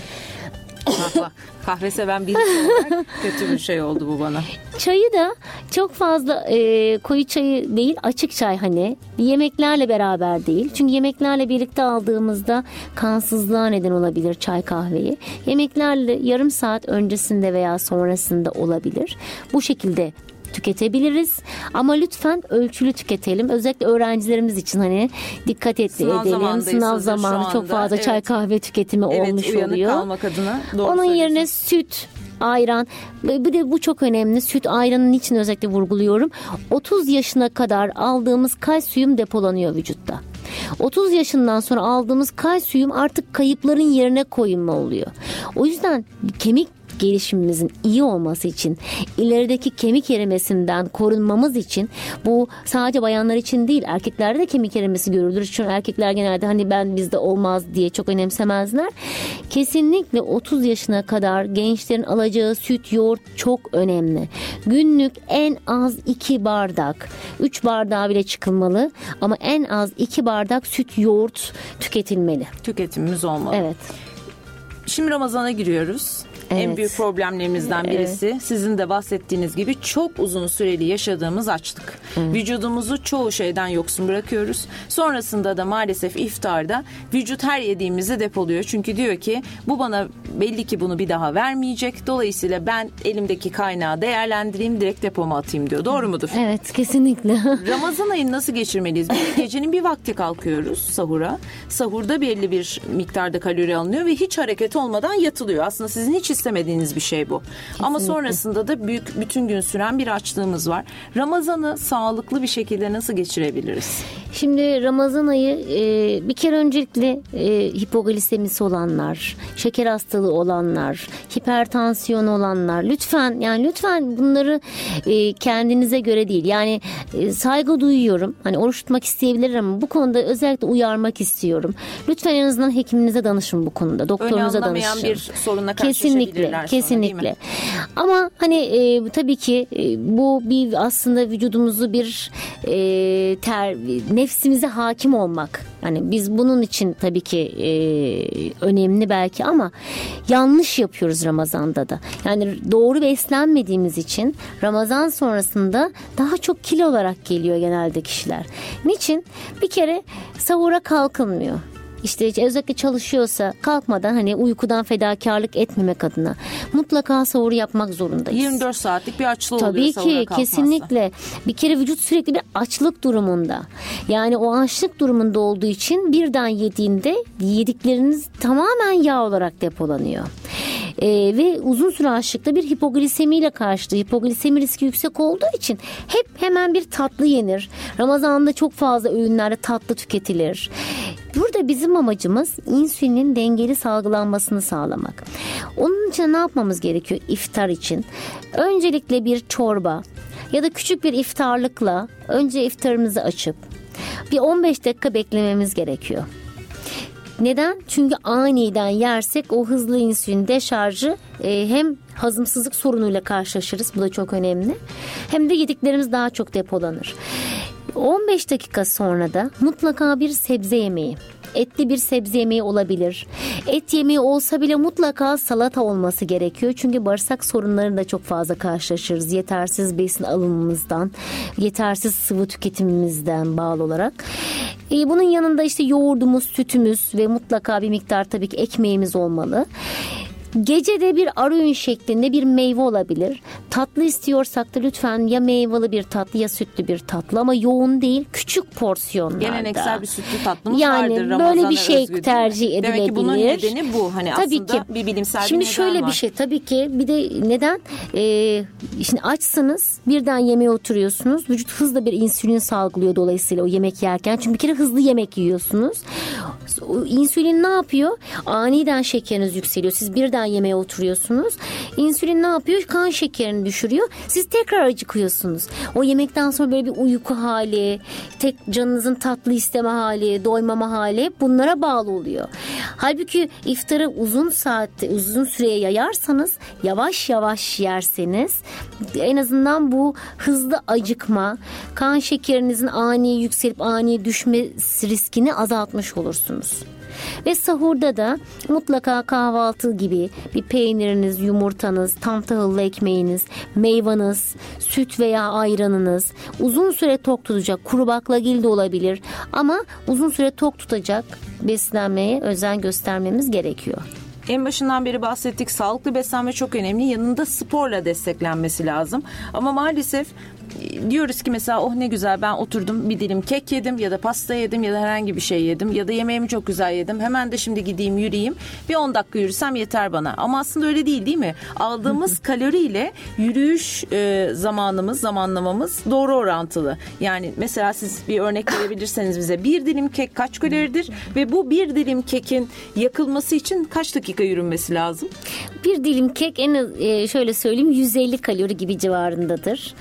Kahve seven biri olarak kötü bir şey oldu bu bana.
Çayı da çok fazla koyu çayı değil, açık çay, hani yemeklerle beraber değil. Çünkü yemeklerle birlikte aldığımızda kansızlığa neden olabilir çay, kahveyi. Yemeklerle yarım saat öncesinde veya sonrasında olabilir. Bu şekilde tüketebiliriz ama lütfen ölçülü tüketelim. Özellikle öğrencilerimiz için hani dikkat edelim. Sınav zamanı çok fazla çay kahve tüketimi olmuş oluyor.
Uyanık kalmak adına.
Onun yerine süt, ayran, bir de bu çok önemli. Süt, ayranın için özellikle vurguluyorum. 30 yaşına kadar aldığımız kalsiyum depolanıyor vücutta. 30 yaşından sonra aldığımız kalsiyum artık kayıpların yerine koyulma oluyor. O yüzden kemik gelişimimizin iyi olması için, ilerideki kemik erimesinden korunmamız için, bu sadece bayanlar için değil, erkeklerde de kemik erimesi görülür. Çünkü erkekler genelde hani bizde olmaz diye çok önemsemezler. Kesinlikle 30 yaşına kadar gençlerin alacağı süt, yoğurt çok önemli. Günlük en az 2 bardak, 3 bardağa bile çıkılmalı ama en az 2 bardak süt, yoğurt tüketilmeli.
Tüketimimiz olmalı.
Evet.
Şimdi Ramazan'a giriyoruz. Evet. En büyük problemlerimizden birisi sizin de bahsettiğiniz gibi çok uzun süreli yaşadığımız açlık. Vücudumuzu çoğu şeyden yoksun bırakıyoruz. Sonrasında da maalesef iftarda vücut her yediğimizi depoluyor. Çünkü diyor ki bu bana belli ki bunu bir daha vermeyecek. Dolayısıyla ben elimdeki kaynağı değerlendireyim, direkt depoma atayım diyor. Doğru mudur?
Evet, kesinlikle.
Ramazan ayını nasıl geçirmeliyiz? Gecenin bir vakti kalkıyoruz sahura. Sahurda belli bir miktarda kalori alınıyor ve hiç hareket olmadan yatılıyor. Aslında sizin hiç istemediğiniz bir şey bu. Kesinlikle. Ama sonrasında da bütün gün süren bir açlığımız var. Ramazan'ı sağlıklı bir şekilde nasıl geçirebiliriz?
Şimdi Ramazan ayı bir kere öncelikle hipoglisemisi olanlar, şeker hastalığı olanlar, hipertansiyon olanlar lütfen bunları kendinize göre değil. Yani saygı duyuyorum. Hani oruç tutmak isteyebilirler ama bu konuda özellikle uyarmak istiyorum. Lütfen en azından hekiminize danışın bu konuda. Doktorunuza danışın.
Öyle anlamayan bir sorunla karşılaşabilirler.
Kesinlikle. Ama hani tabii ki bu bir aslında vücudumuzu bir nefsimize hakim olmak. Yani biz bunun için tabii ki önemli belki ama yanlış yapıyoruz Ramazan'da da. Yani doğru beslenmediğimiz için Ramazan sonrasında daha çok kilo olarak geliyor genelde kişiler. Niçin? Bir kere sahura kalkılmıyor. İşte özellikle çalışıyorsa kalkmadan hani uykudan fedakarlık etmemek adına mutlaka sahur yapmak zorundayız.
24 saatlik bir açlığı
tabii
oluyor sahura
ki
kalkmazsa.
Kesinlikle. Bir kere vücut sürekli bir açlık durumunda. Yani o açlık durumunda olduğu için birden yediğinde yedikleriniz tamamen yağ olarak depolanıyor. Ve uzun süre açlıkta bir hipoglisemiyle karşılaşıyor. Hipoglisemi riski yüksek olduğu için hemen bir tatlı yenir. Ramazan'da çok fazla öğünlerde tatlı tüketilir. Burada bizim amacımız insülinin dengeli salgılanmasını sağlamak. Onun için ne yapmamız gerekiyor iftar için? Öncelikle bir çorba ya da küçük bir iftarlıkla önce iftarımızı açıp bir 15 dakika beklememiz gerekiyor. Neden? Çünkü aniden yersek o hızlı insülin deşarjı hem hazımsızlık sorunuyla karşılaşırız. Bu da çok önemli. Hem de yediklerimiz daha çok depolanır. 15 dakika sonra da mutlaka bir sebze yemeği. Etli bir sebze yemeği olabilir. Et yemeği olsa bile mutlaka salata olması gerekiyor. Çünkü bağırsak sorunlarıyla da çok fazla karşılaşırız. Yetersiz besin alımımızdan, yetersiz sıvı tüketimimizden bağlı olarak. Bunun yanında işte yoğurdumuz, sütümüz ve mutlaka bir miktar tabii ki ekmeğimiz olmalı. Gece de bir ara öğün şeklinde bir meyve olabilir. Tatlı istiyorsak da lütfen ya meyveli bir tatlı ya sütlü bir tatlı ama yoğun değil, küçük porsiyonlarda.
Geleneksel bir sütlü tatlımız
yani
vardır Ramazan'a
böyle bir şey
özgü,
tercih edilebilir.
Demek ki bunun nedeni bu. Hani
tabii
aslında
ki.
Bir bilimsel
Şimdi
bir neden
şöyle
var.
bir şey tabii ki bir de neden? Şimdi açsınız, birden yemeğe oturuyorsunuz. Vücut hızla bir insülin salgılıyor dolayısıyla o yemek yerken. Çünkü bir kere hızlı yemek yiyorsunuz. O insülin ne yapıyor? Aniden şekeriniz yükseliyor. Siz birden yemeğe oturuyorsunuz. İnsülin ne yapıyor? Kan şekerini düşürüyor. Siz tekrar acıkıyorsunuz. O yemekten sonra böyle bir uyku hali, tek canınızın tatlı isteme hali, doymama hali bunlara bağlı oluyor. Halbuki iftarı uzun süreye yayarsanız, yavaş yavaş yerseniz en azından bu hızlı acıkma, kan şekerinizin ani yükselip ani düşme riskini azaltmış olursunuz. Ve sahurda da mutlaka kahvaltı gibi bir peyniriniz, yumurtanız, tam tahıllı ekmeğiniz, meyvanız, süt veya ayranınız uzun süre tok tutacak, kuru baklagil de olabilir ama uzun süre tok tutacak beslenmeye özen göstermemiz gerekiyor.
En başından beri bahsettik, sağlıklı beslenme çok önemli. Yanında sporla desteklenmesi lazım. Ama maalesef diyoruz ki mesela oh ne güzel ben oturdum bir dilim kek yedim ya da pasta yedim ya da herhangi bir şey yedim ya da yemeğimi çok güzel yedim. Hemen de şimdi gideyim yürüyeyim. Bir 10 dakika yürüsem yeter bana. Ama aslında öyle değil mi? Aldığımız kaloriyle yürüyüş zamanlamamız doğru orantılı. Yani mesela siz bir örnek verebilirseniz bize bir dilim kek kaç kaloridir ve bu bir dilim kekin yakılması için kaç dakika yürünmesi lazım?
Bir dilim kek şöyle söyleyeyim 150 kalori gibi civarındadır.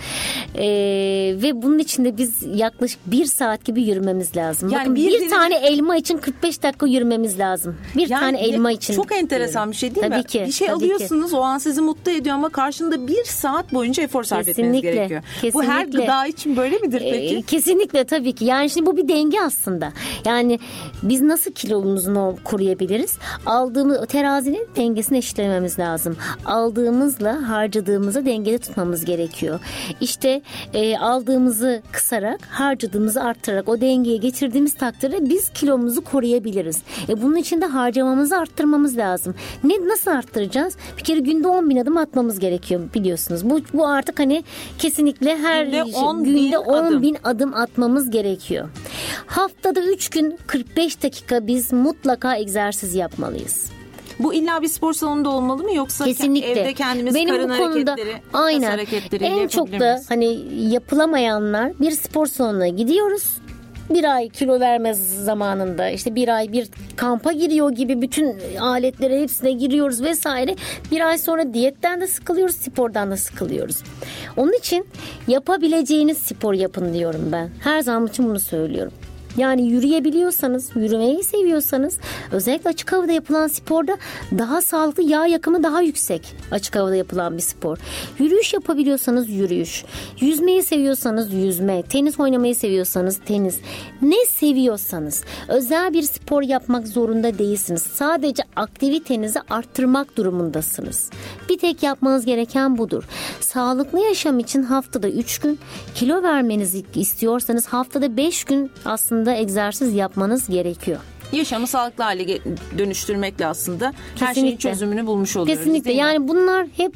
Ve bunun için de biz yaklaşık 1 saat gibi yürümemiz lazım.
Yani
bakın bir tane elma için 45 dakika yürümemiz lazım. Bir tane elma için.
Çok enteresan bir şey değil
tabii
mi?
Ki,
bir şey alıyorsunuz o an sizi mutlu ediyor ama karşında 1 saat boyunca efor sarf etmeniz gerekiyor.
Kesinlikle.
Bu her gıda için böyle midir peki?
Kesinlikle tabii ki. Yani şimdi bu bir denge aslında. Yani biz nasıl kilomuzu koruyabiliriz? Aldığımız terazinin dengesini eşitlememiz lazım. Aldığımızla harcadığımızı dengede tutmamız gerekiyor. İşte aldığımızı kısarak harcadığımızı arttırarak o dengeye getirdiğimiz takdirde biz kilomuzu koruyabiliriz. Bunun için de harcamamızı arttırmamız lazım. Nasıl arttıracağız? Bir kere günde 10.000 adım atmamız gerekiyor biliyorsunuz. Bu artık hani kesinlikle her günde 10.000 adım atmamız gerekiyor. Haftada 3 gün 45 dakika biz mutlaka egzersiz yapmalıyız.
Bu illa bir spor salonunda olmalı mı yoksa
kesinlikle.
Evde kendimiz
benim
karın
bu konuda,
hareketleri,
aynen,
kas hareketleri
en çok da hani yapılamayanlar bir spor salonuna gidiyoruz. Bir ay kilo vermez zamanında işte bir ay bir kampa giriyor gibi bütün aletlere hepsine giriyoruz vesaire. Bir ay sonra diyetten de sıkılıyoruz, spordan da sıkılıyoruz. Onun için yapabileceğiniz spor yapın diyorum ben. Her zaman için bunu söylüyorum. Yani yürüyebiliyorsanız, yürümeyi seviyorsanız özellikle açık havada yapılan sporda daha sağlıklı, yağ yakımı daha yüksek açık havada yapılan bir spor. Yürüyüş yapabiliyorsanız yürüyüş, yüzmeyi seviyorsanız yüzme, tenis oynamayı seviyorsanız tenis. Ne seviyorsanız özel bir spor yapmak zorunda değilsiniz. Sadece aktivitenizi arttırmak durumundasınız. Bir tek yapmanız gereken budur. Sağlıklı yaşam için haftada 3 gün, kilo vermenizi istiyorsanız haftada 5 gün aslında egzersiz yapmanız gerekiyor.
Yaşamı sağlıklı hale dönüştürmekle aslında
kesinlikle.
Her şeyin çözümünü bulmuş oluyoruz.
Kesinlikle. Yani bunlar hep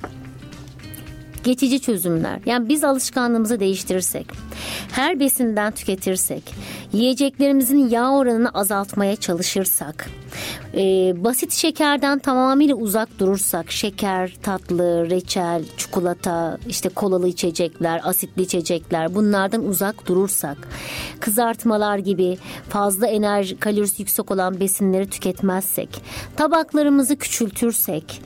geçici çözümler. Yani biz alışkanlığımızı değiştirirsek, her besinden tüketirsek, yiyeceklerimizin yağ oranını azaltmaya çalışırsak, Basit şekerden tamamıyla uzak durursak, şeker, tatlı, reçel, çikolata, işte kolalı içecekler, asitli içecekler, bunlardan uzak durursak, kızartmalar gibi fazla enerji, kalorisi yüksek olan besinleri tüketmezsek, tabaklarımızı küçültürsek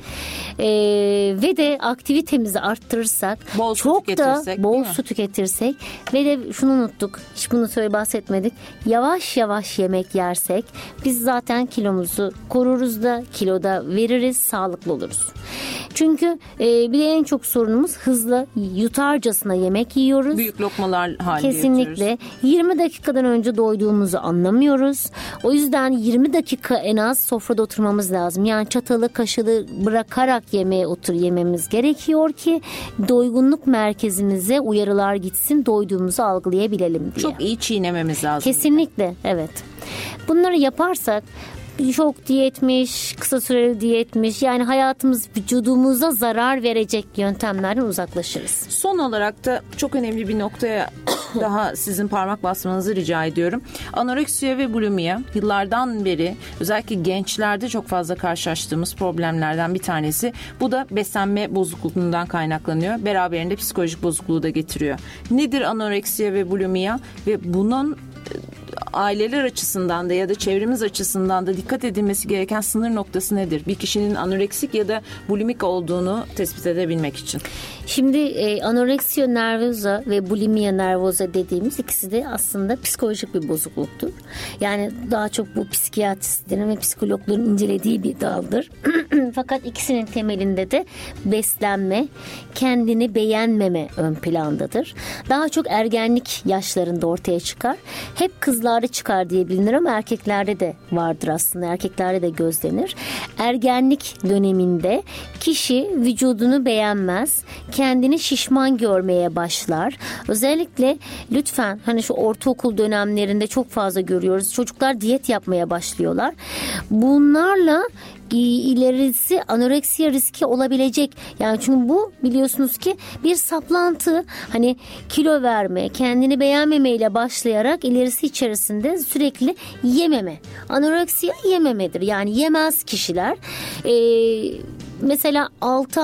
ve de aktivitemizi arttırırsak,
bol su
çok da
tüketirsek,
bol su tüketirsek ve de şunu unuttuk, hiç bunu bahsetmedik, yavaş yavaş yemek yersek biz zaten kilomuzu koruruz da kiloda veririz, sağlıklı oluruz. Çünkü bir de en çok sorunumuz hızlı yutarcasına yemek yiyoruz.
Büyük lokmalar halinde
kesinlikle
yutuyoruz.
20 dakikadan önce doyduğumuzu anlamıyoruz. O yüzden 20 dakika en az sofrada oturmamız lazım. Yani çatalı kaşığı bırakarak yememiz gerekiyor ki doygunluk merkezimize uyarılar gitsin, doyduğumuzu algılayabilelim diye.
Çok iyi çiğnememiz lazım.
Kesinlikle, evet. Bunları yaparsak çok diyetmiş, kısa süreli diyetmiş, yani hayatımız, vücudumuza zarar verecek yöntemlerden uzaklaşırız.
Son olarak da çok önemli bir noktaya daha sizin parmak basmanızı rica ediyorum. Anoreksiya ve bulimiya yıllardan beri özellikle gençlerde çok fazla karşılaştığımız problemlerden bir tanesi. Bu da beslenme bozukluğundan kaynaklanıyor. Beraberinde psikolojik bozukluğu da getiriyor. Nedir anoreksiya ve bulimiya ve bunun aileler açısından da ya da çevremiz açısından da dikkat edilmesi gereken sınır noktası nedir? Bir kişinin anoreksik ya da bulimik olduğunu tespit edebilmek için.
Şimdi anoreksiya nervosa ve bulimia nervosa dediğimiz ikisi de aslında psikolojik bir bozukluktur. Yani daha çok bu psikiyatristlerin ve psikologların incelediği bir daldır. Fakat ikisinin temelinde de beslenme, kendini beğenmeme ön plandadır. Daha çok ergenlik yaşlarında ortaya çıkar. Hep kızlarda çıkar diye bilinir ama erkeklerde de vardır aslında. Erkeklerde de gözlenir. Ergenlik döneminde kişi vücudunu beğenmez, kendini şişman görmeye başlar. Özellikle lütfen hani şu ortaokul dönemlerinde çok fazla görüyoruz. Çocuklar diyet yapmaya başlıyorlar. Bunlarla ilerisi anoreksiya riski olabilecek. Yani çünkü bu biliyorsunuz ki bir saplantı, hani kilo verme, kendini beğenmemeyle başlayarak ilerisi içerisinde sürekli yememe. Anoreksiya yememedir. Yani yemez kişiler. Mesela 6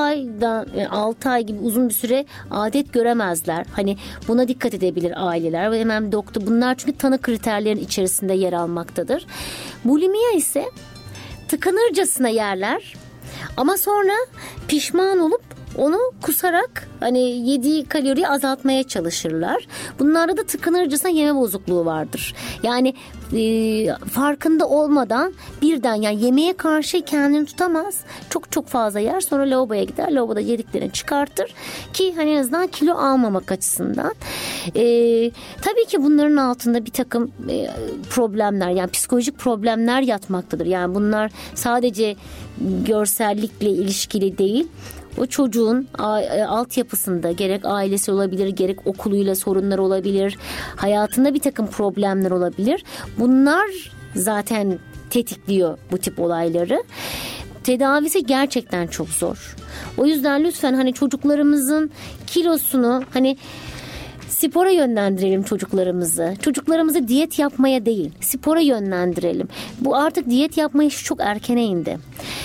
ay gibi uzun bir süre adet göremezler. Hani buna dikkat edebilir aileler ve hemen doktor. Bunlar çünkü tanı kriterlerin içerisinde yer almaktadır. Bulimiya ise tıkanırcasına yerler ama sonra pişman olup onu kusarak hani yediği kaloriyi azaltmaya çalışırlar. Bunlarda da tıkanırcasına yeme bozukluğu vardır. Yani farkında olmadan birden, yani yemeğe karşı kendini tutamaz. Çok fazla yer, sonra lavaboya gider. Lavaboda yediklerini çıkartır ki hani en azından kilo almamak açısından. Tabii ki bunların altında bir takım problemler, yani psikolojik problemler yatmaktadır. Yani bunlar sadece görsellikle ilişkili değil. O çocuğun altyapısında gerek ailesi olabilir, gerek okuluyla sorunlar olabilir, hayatında bir takım problemler olabilir. Bunlar zaten tetikliyor bu tip olayları. Tedavisi gerçekten çok zor. O yüzden lütfen hani çocuklarımızın kilosunu hani spora yönlendirelim çocuklarımızı. Çocuklarımızı diyet yapmaya değil, spora yönlendirelim. Bu artık diyet yapma işi çok erkene indi.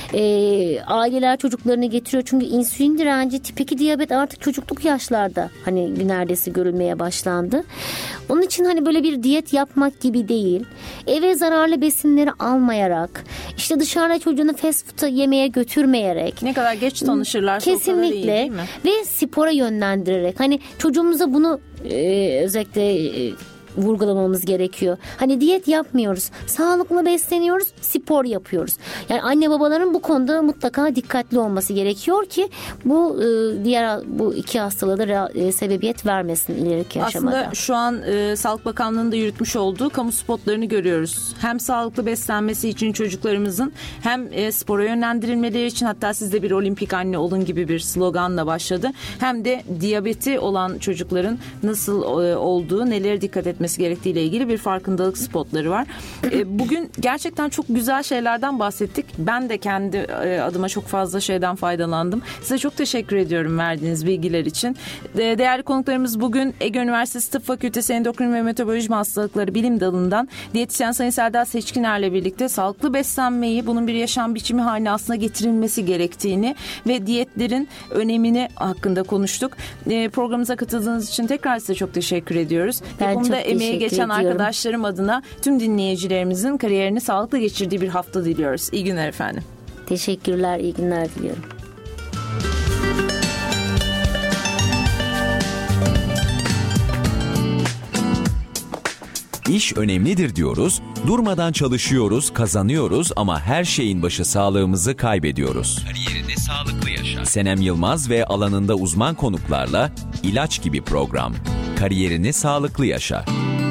Aileler çocuklarını getiriyor çünkü insülin direnci, tip 2 diyabet artık çocukluk yaşlarda hani neredeyse görülmeye başlandı. Onun için hani böyle bir diyet yapmak gibi değil. Eve zararlı besinleri almayarak, işte dışarıda çocuğunu fast food'a yemeğe götürmeyerek.
Ne kadar geç tanışırlarsa
kesinlikle,
o kadar iyi, değil mi?
ve spora yönlendirerek. Hani çocuğumuza bunu özellikle vurgulamamız gerekiyor. Hani diyet yapmıyoruz, sağlıklı besleniyoruz, spor yapıyoruz. Yani anne babaların bu konuda mutlaka dikkatli olması gerekiyor ki bu bu iki hastalığa da sebebiyet vermesin ileriki aşamada.
Aslında şu an Sağlık Bakanlığı'nın da yürütmüş olduğu kamu spotlarını görüyoruz. Hem sağlıklı beslenmesi için çocuklarımızın, hem spora yönlendirilmeleri için, hatta siz de bir olimpik anne olun gibi bir sloganla başladı. Hem de diyabeti olan çocukların nasıl olduğu, nelere dikkat etmesi geçirmesi gerektiğiyle ilgili bir farkındalık spotları var. Bugün gerçekten çok güzel şeylerden bahsettik. Ben de kendi adıma çok fazla şeyden faydalandım. Size çok teşekkür ediyorum verdiğiniz bilgiler için. Değerli konuklarımız bugün Ege Üniversitesi Tıp Fakültesi Endokrin ve Metabolizma Hastalıkları Bilim Dalı'ndan diyetisyen Sayın Selda Seçkiner'le birlikte sağlıklı beslenmeyi, bunun bir yaşam biçimi haline aslında getirilmesi gerektiğini ve diyetlerin önemini hakkında konuştuk. Programımıza katıldığınız için tekrar size çok teşekkür ediyoruz.
Ben
Yapımda
çok
emeği geçen
ediyorum.
arkadaşlarım adına tüm dinleyicilerimizin kariyerini sağlıklı geçirdiği bir hafta diliyoruz. İyi günler efendim.
Teşekkürler, iyi günler diliyorum.
İş önemlidir diyoruz, durmadan çalışıyoruz, kazanıyoruz ama her şeyin başı sağlığımızı kaybediyoruz. Kariyerinde sağlıklı yaşa. Senem Yılmaz ve alanında uzman konuklarla ilaç gibi program. Kariyerini sağlıklı yaşa.